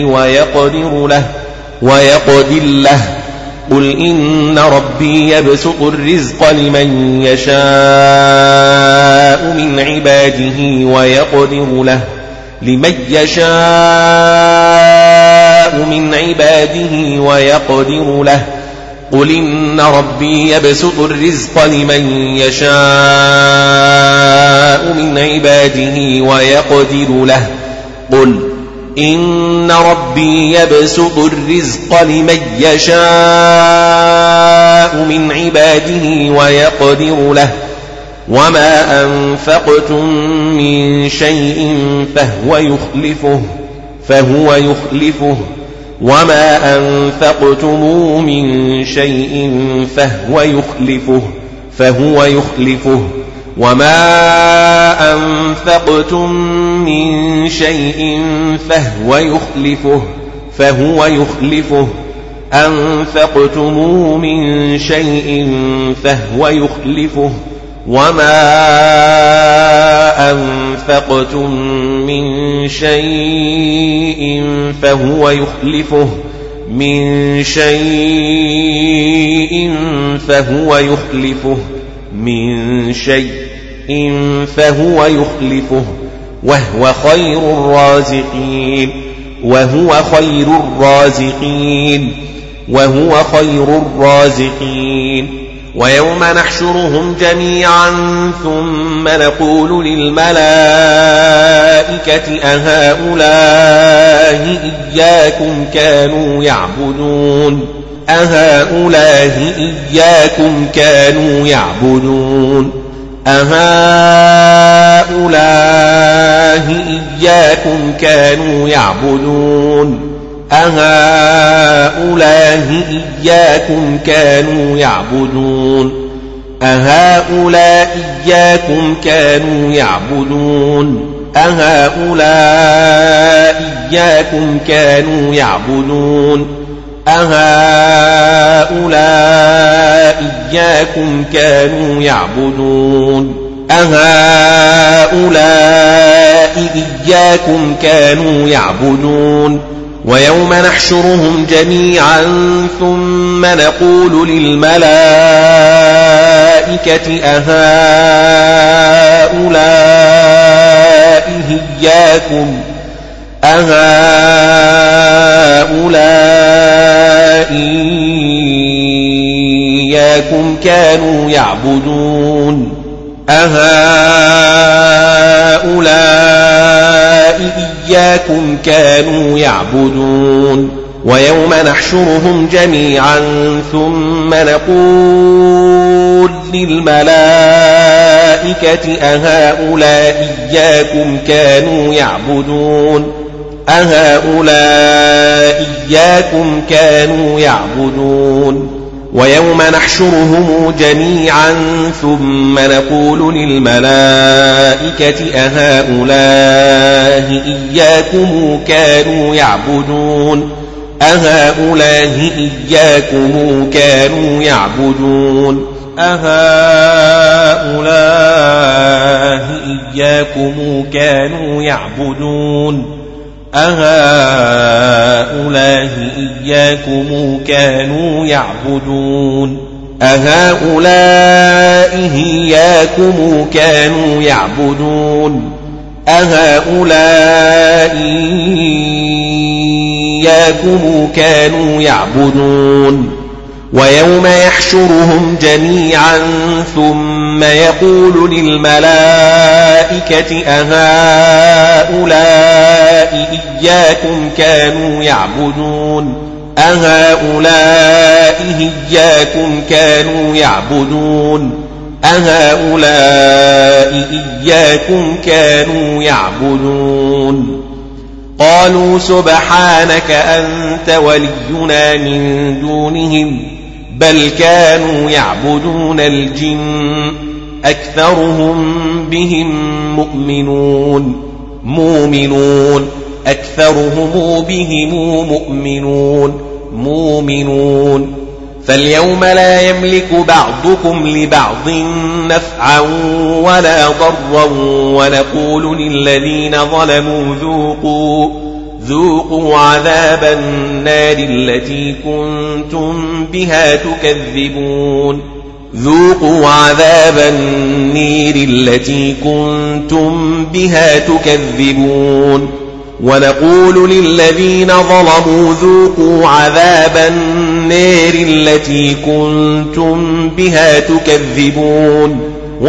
ويقدر له قل إن ربي يبسط الرزق لمن يشاء من عباده ويقدر له قل إن ربي يبسط الرزق لمن يشاء من عباده ويقدر له قل إن ربي يبسط الرزق لمن يشاء من عباده ويقدر له وما أنفقتم من شيء فهو يخلفه وما أنفقتم من شيء فهو يخلفه وما أنفقتم من شيء فهو يخلفه أنفقتم من شيء فهو يخلفه وما أنفقتم من شيء فهو يخلفه من شيء فهو يخلفه وهو خير الرازقين ويوم نحشرهم جميعا ثم نقول للملائكة أهؤلاء إياكم كانوا يعبدون ويوم نحشرهم جميعا ثم نقول للملائكة أهؤلاء إياكم كانوا يعبدون ويوم نحشرهم جميعا ثم نقول للملائكة أهؤلاء إياكم كانوا يعبدون ويوم نحشرهم جميعا ثم نقول للملائكة أهؤلاء إياكم كانوا يعبدون ويوم يحشرهم جميعا ثم يقول للملائكة أهؤلاء إياكم كانوا يعبدون قالوا سبحانك أنت ولينا من دونهم بل كانوا يعبدون الجن أكثرهم بهم مؤمنون فاليوم لا يملك بعضكم لبعض نفعا ولا ضرا ونقول للذين ظلموا ذوقوا عذاب النار التي كنتم بها تكذبون ونقول للذين ظلموا ذوقوا عذاب النار التي كنتم بها تكذبون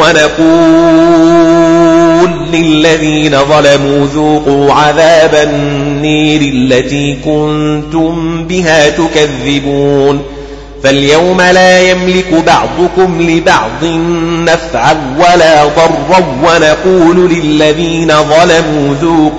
فاليوم لا يملك بعضكم لبعض نفعا ولا ضرا ونقول للذين ظلموا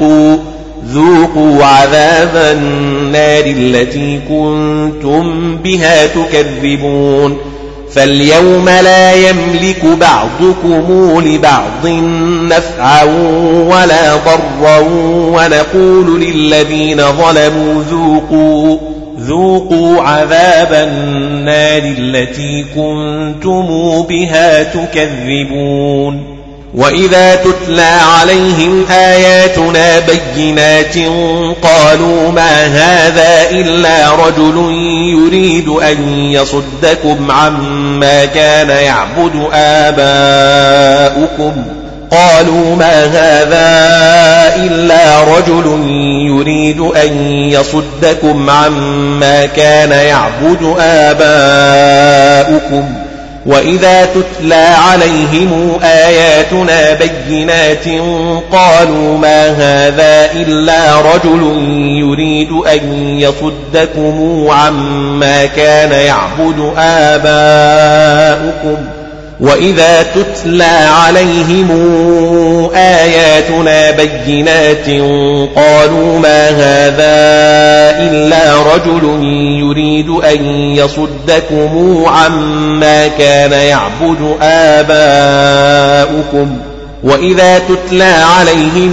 ذوقوا عذاب النار التي كنتم بها تكذبون فاليوم لا يملك بعضكم لبعض نفعا ولا ضرا ونقول للذين ظلموا ذوقوا عذاب النار التي كنتم بها تكذبون وإذا تتلى عليهم آياتنا بينات قالوا ما هذا إلا رجل يريد أن يصدكم عما كان يعبد آباؤكم قالوا ما هذا إلا رجل يريد أن يصدكم عما كان يعبد آباؤكم وإذا تتلى عليهم آياتنا بينات قالوا ما هذا إلا رجل يريد أن يصدكم عما كان يعبد آباؤكم وإذا تتلى عليهم آياتنا بينات قالوا ما هذا إلا رجل يريد أن يصدكم عما كان يعبد آباؤكم وإذا تتلى عليهم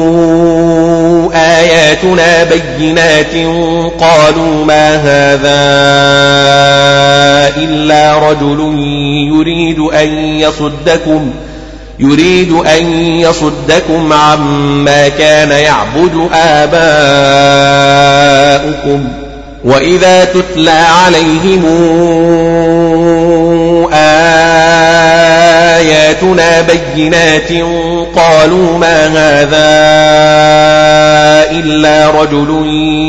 آياتنا بينات قالوا ما هذا إلا رجل يريد أن يصدكم عما كان يعبد آباؤكم وإذا تتلى عليهم آياتنا بينات قالوا ما هذا إلا رجل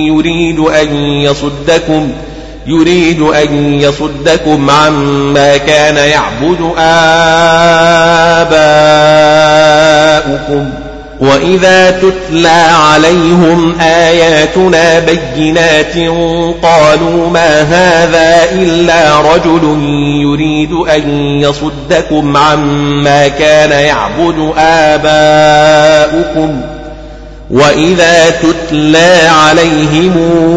يريد أن يصدكم عما كان يعبد آباؤكم وإذا تتلى عليهم آياتنا بينات قالوا ما هذا إلا رجل يريد أن يصدكم عما كان يعبد آباؤكم وإذا تتلى عليهم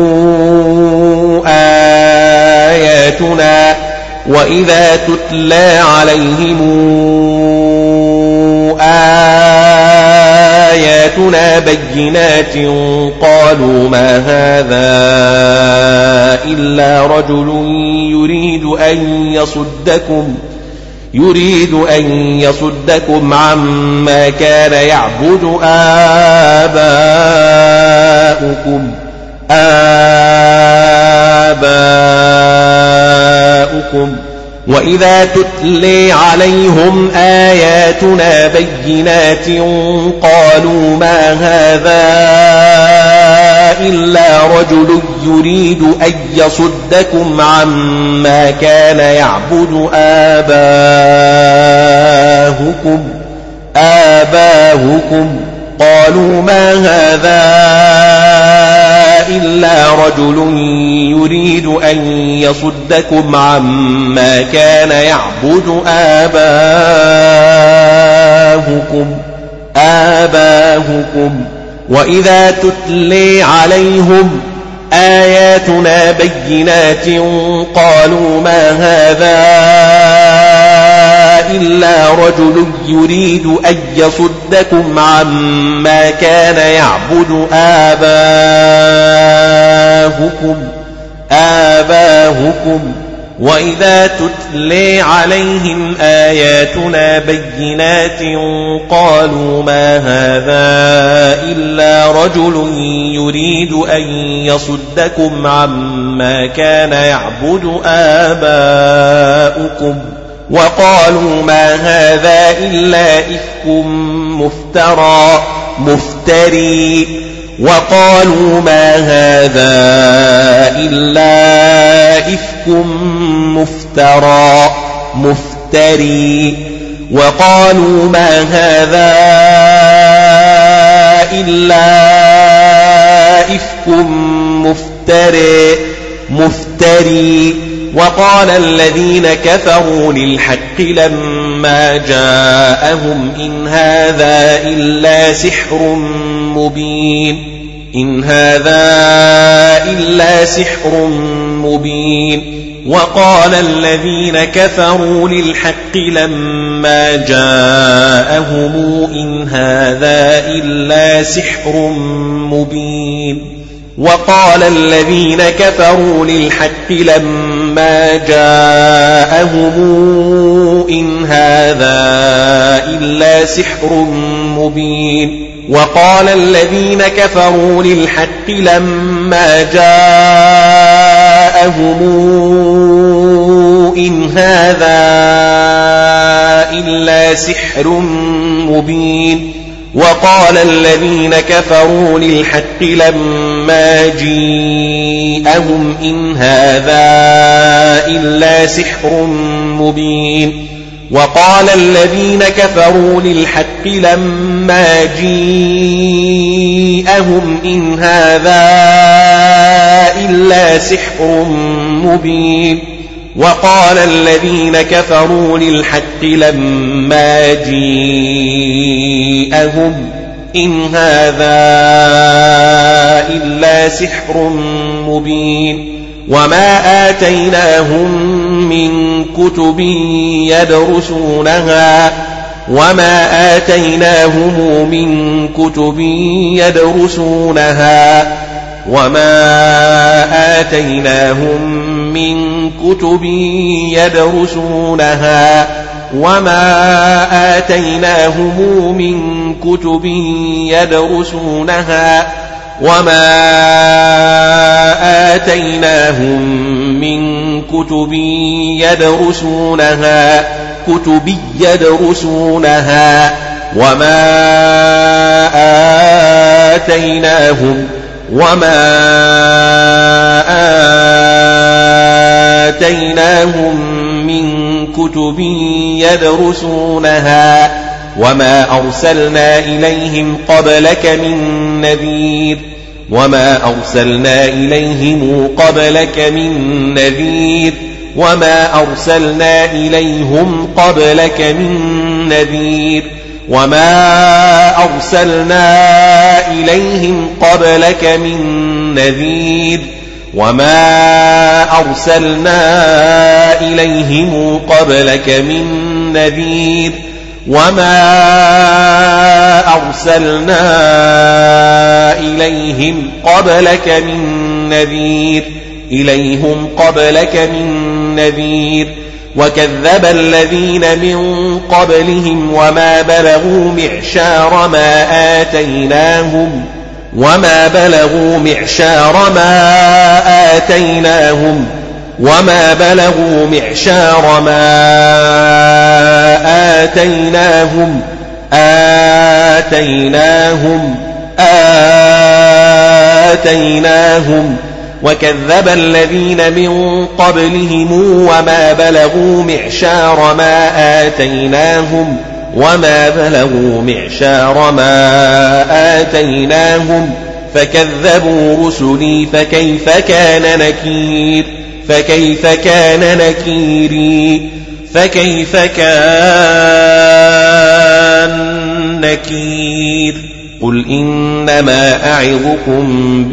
آياتنا بينات قالوا ما هذا إلا رجل يريد أن يصدكم عما كان يعبد آباؤكم وإذا تتلي عليهم آياتنا بينات قالوا ما هذا إلا رجل يريد أن يصدكم عما كان يعبد آباؤكم قالوا ما هذا إلا رجل يريد أن يصدكم عما كان يعبد آباؤكم وإذا تتلي عليهم آياتنا بينات قالوا ما هذا إلا رجل يريد أن يصدكم عما كان يعبد آباؤكم وإذا تتلي عليهم آياتنا بينات قالوا ما هذا إلا رجل يريد أن يصدكم عما كان يعبد آباؤكم وقالوا ما هذا إلا إفك مفتري وقالوا ما هذا إلا إفك مفتري وقالوا ما هذا إلا إفك مفتري وقال الذين كفروا للحق لما جاءهم إن هذا إلا سحر مبين وقال الذين كفروا للحق لما جاءهم إن هذا إلا سحر مبين وقال الذين كفروا للحق لما جاءهم إن هذا إلا سحر مبين وقال الذين كفروا للحق لما جاءهم إن هذا إلا سحر مبين وقال الذين كفروا للحق لما جاءهم إن هذا إلا سحر مبين وقال الذين كفروا للحق لما جاءهم إن هذا إلا سحر مبين وقال الذين كفروا للحق لما جاءهم إن هذا إلا سحر مبين وما آتيناهم من كتب يدرسونها وما آتيناهم من كتب يدرسونها وما أرسلنا إليهم قبلك من نذير وما أرسلنا إليهم قبلك من نذير وكذب الذين من قبلهم وما بلغوا معشار ما آتيناهم وكذب الذين من قبلهم وما بلغوا معشار ما آتيناهم فكذبوا رسلي فكيف كان نكير قل إنما أعظكم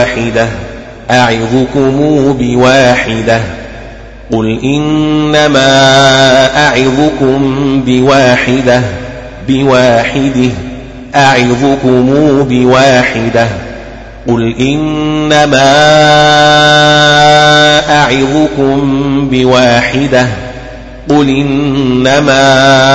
بواحدة قل إنما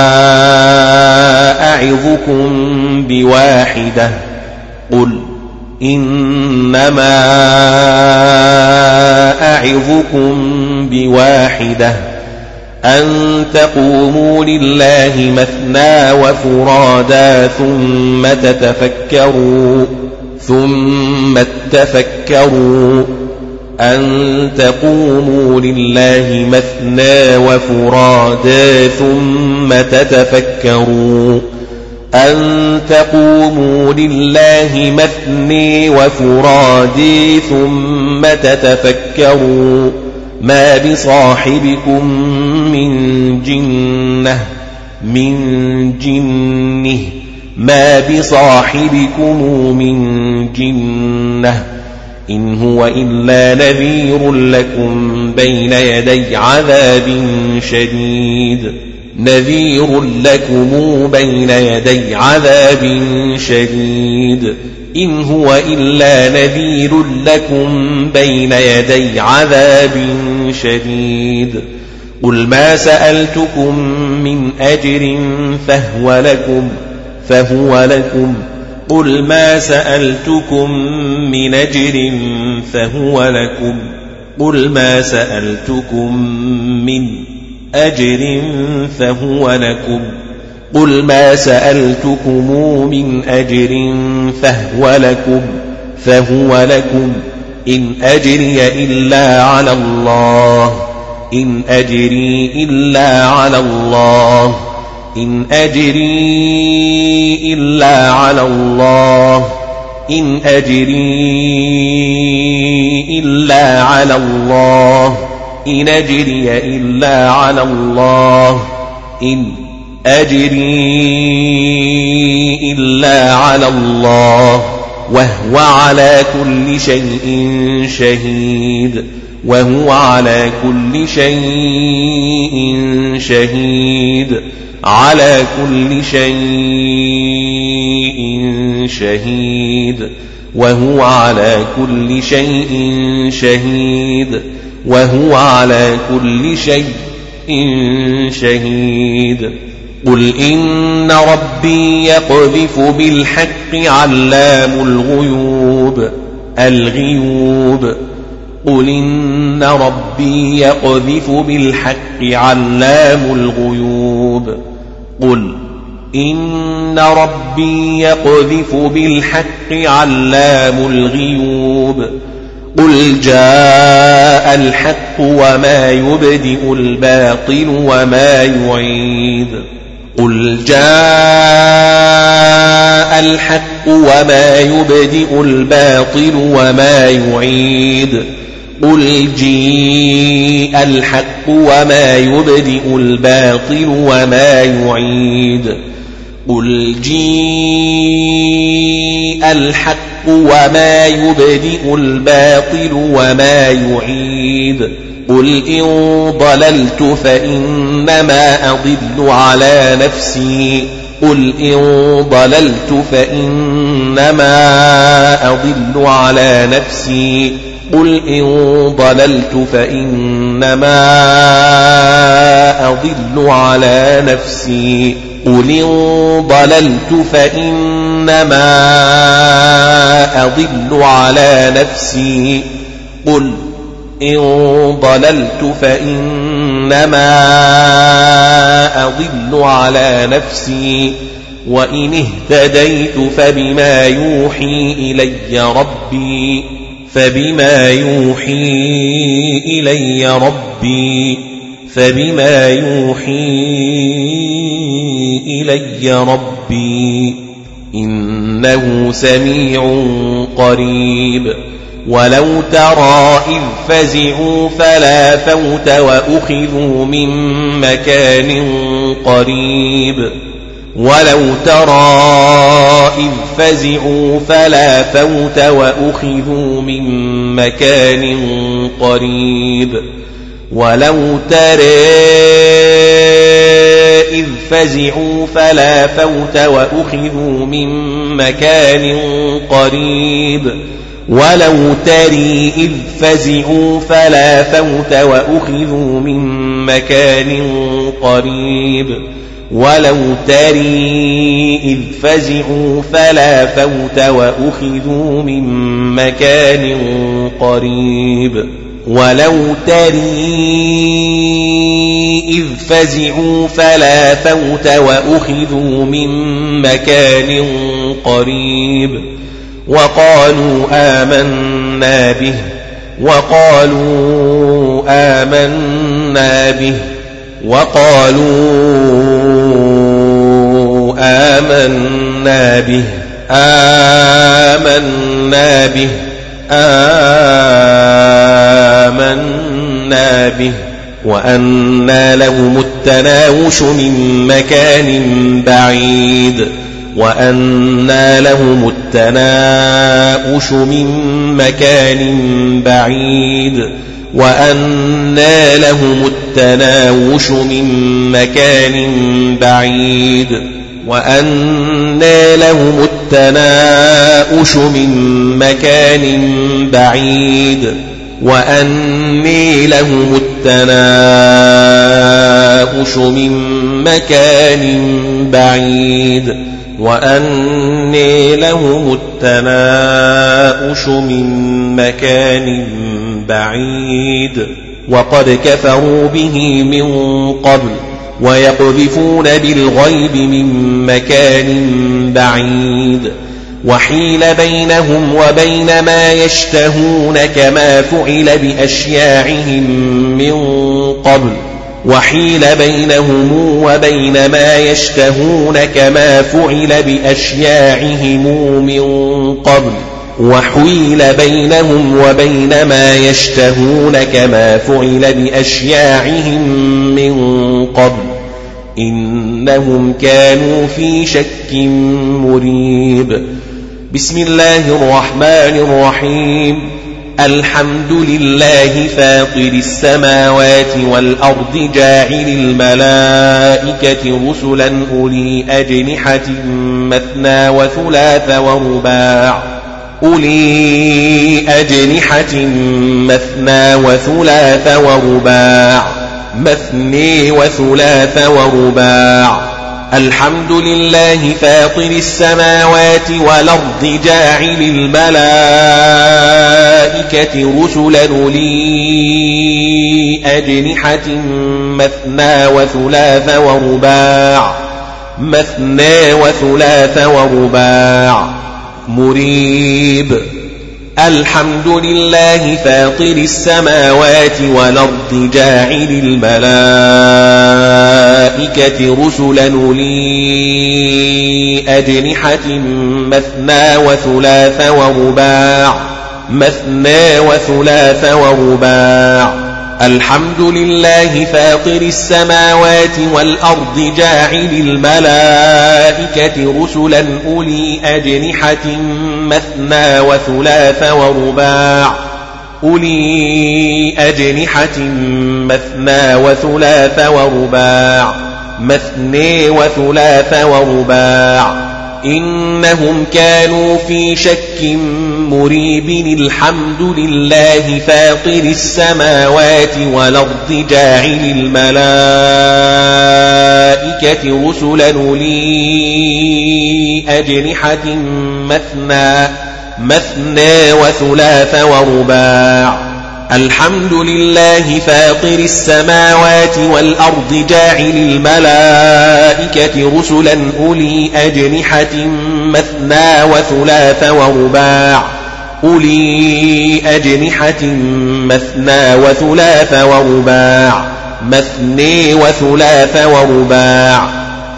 أعظكم بواحدة أن تقوموا لله مثنى وفرادا ثم تفكروا أن تقوموا لله مثنى وفرادا ثم تتفكروا ما بصاحبكم من جنة إن هو إلا نذير لكم بين يدي عذاب شديد نذير لكم بين يدي عذاب شديد إن هو إلا نذير لكم بين يدي عذاب شديد قل ما سألتكم من أجر فهو لكم قل ما سألتكم من أجر فهو لكم قل ما سألتكم من أجر فهو لكم قل ما سألتكم من أجر فهو لكم إن أجري إلا على الله إن أجري إلا على الله إن أجري إلا على الله إن أجري إلا على الله إن أجري إلا على الله إن أجري إلا على الله وهو على كل شيء شهيد وهو على كل شيء شهيد على كل شيء شهيد وهو على كل شيء شهيد وهو على كل شيء شهيد قل إن ربي يقذف بالحق علام الغيوب قل إن ربي يقذف بالحق علام الغيوب قل إن ربي يقذف بالحق علام الغيوب قل جاء الحق وما يبدئ الباطل وما يعيد قل جاء الحق وما يبدئ الباطل وما يعيد قل جيء الحق وما يبدئ الباطل وما يعيد قل جيء الحق وما يبدئ الباطل وما يعيد قل إن ضللت فإنما أضل على نفسي قل إن ضللت فإنما أضل على نفسي قل إن ضللت فإنما أضل على نفسي قل إن ضللت فإنما أضل على نفسي قل إن ضللت فإنما أضل على نفسي وإن اهتديت فبما يوحي إلي ربي إنه سميع قريب ولو ترى إذ فزعوا فلا فوت وأخذوا من مكان قريب ولو ترى إذ فزعوا فلا فوت وأخذوا من مكان قريب ولو ترى إذ فزعوا فلا فوت وأخذوا من مكان قريب ولو تري إذ فزعوا فلا فوت وأخذوا من مكان قريب ولو تري إذ فزعوا فلا فوت وأخذوا من مكان قريب ولو تري إذ فزعوا فلا فوت وأخذوا من مكان قريب وقالوا آمنا به وأنى لهم التناوش من مكان بعيد وأنى لهم التناؤش من مكان بعيد وأنى لهم التناوش من مكان بعيد وأنى لهم التناؤش من مكان بعيد وأني لهم التناؤش من مكان بعيد وأني لهم التناؤش من مكان بعيد وقد كفروا به من قبل ويقذفون بالغيب من مكان بعيد وحيل بينهم وبين ما يشتهون كما فعل بأشياعهم من قبل وحيل بينهم وبين ما يشتهون كما فعل بأشياعهم من قبل وحيل بينهم وبين ما يشتهون كما فعل بأشياعهم من قبل إنهم كانوا في شك مريب. بسم الله الرحمن الرحيم. الحمد لله فاطر السماوات والأرض جاعل الملائكة رسلا أولي أجنحة مثنى وثلاث ورباع أولي أجنحة مثنى وثلاث ورباع مثني وثلاث ورباع. الحمد لله فاطر السماوات والأرض جاعل الملائكة رسلا أولي أجنحة مثنى وثلاث ورباع مثنى وثلاث ورباع مريب. الحمد لله فاطر السماوات والأرض جاعل الملائكة رسلا أولي أجنحة مثنى وثلاث ورباع مثنى وثلاث ورباع. الحمد لله فاطر السماوات والأرض جاعل الملائكة رسلا أولي أجنحة مثنى وثلاث ورباع أولي أجنحة مثنى وثلاث ورباع مثني وثلاث ورباع. إنهم كانوا في شك مريب. الحمد لله فاطر السماوات والأرض جاعل الملائكة رسلا أولي أجنحة مثنى وثلاث ورباع. الحمد لله فاطر السماوات والأرض جاعل الملائكة رسلا أولي أجنحة مثنى وثلاث ورباع أولي أجنحة مثنى وثلاث ورباع مثني وثلاث ورباع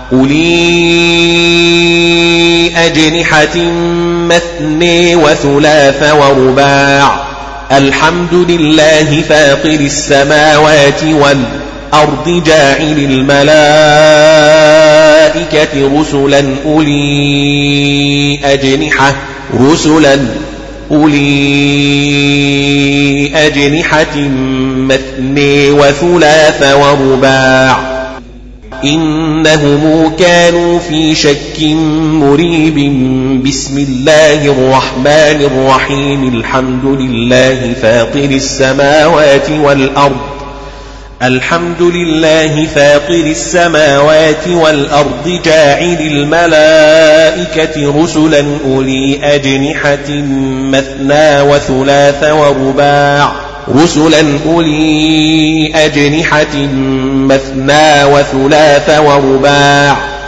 أولي أجنحة مثني وثلاث ورباع. الحمد لله فاطر السماوات والأرض جاعل الملائكة رسلا أولي أجنحة مثني وثلاث ورباع. إنهم كانوا في شك مريب. بسم الله الرحمن الرحيم. الحمد لله فاطر السماوات والأرض الحمد لله فاطر السماوات والأرض جاعل الملائكة رسلا أولي أجنحة مثنى وثلاث ورباع رسلا أولي أجنحة مثنى وثلاث ورباع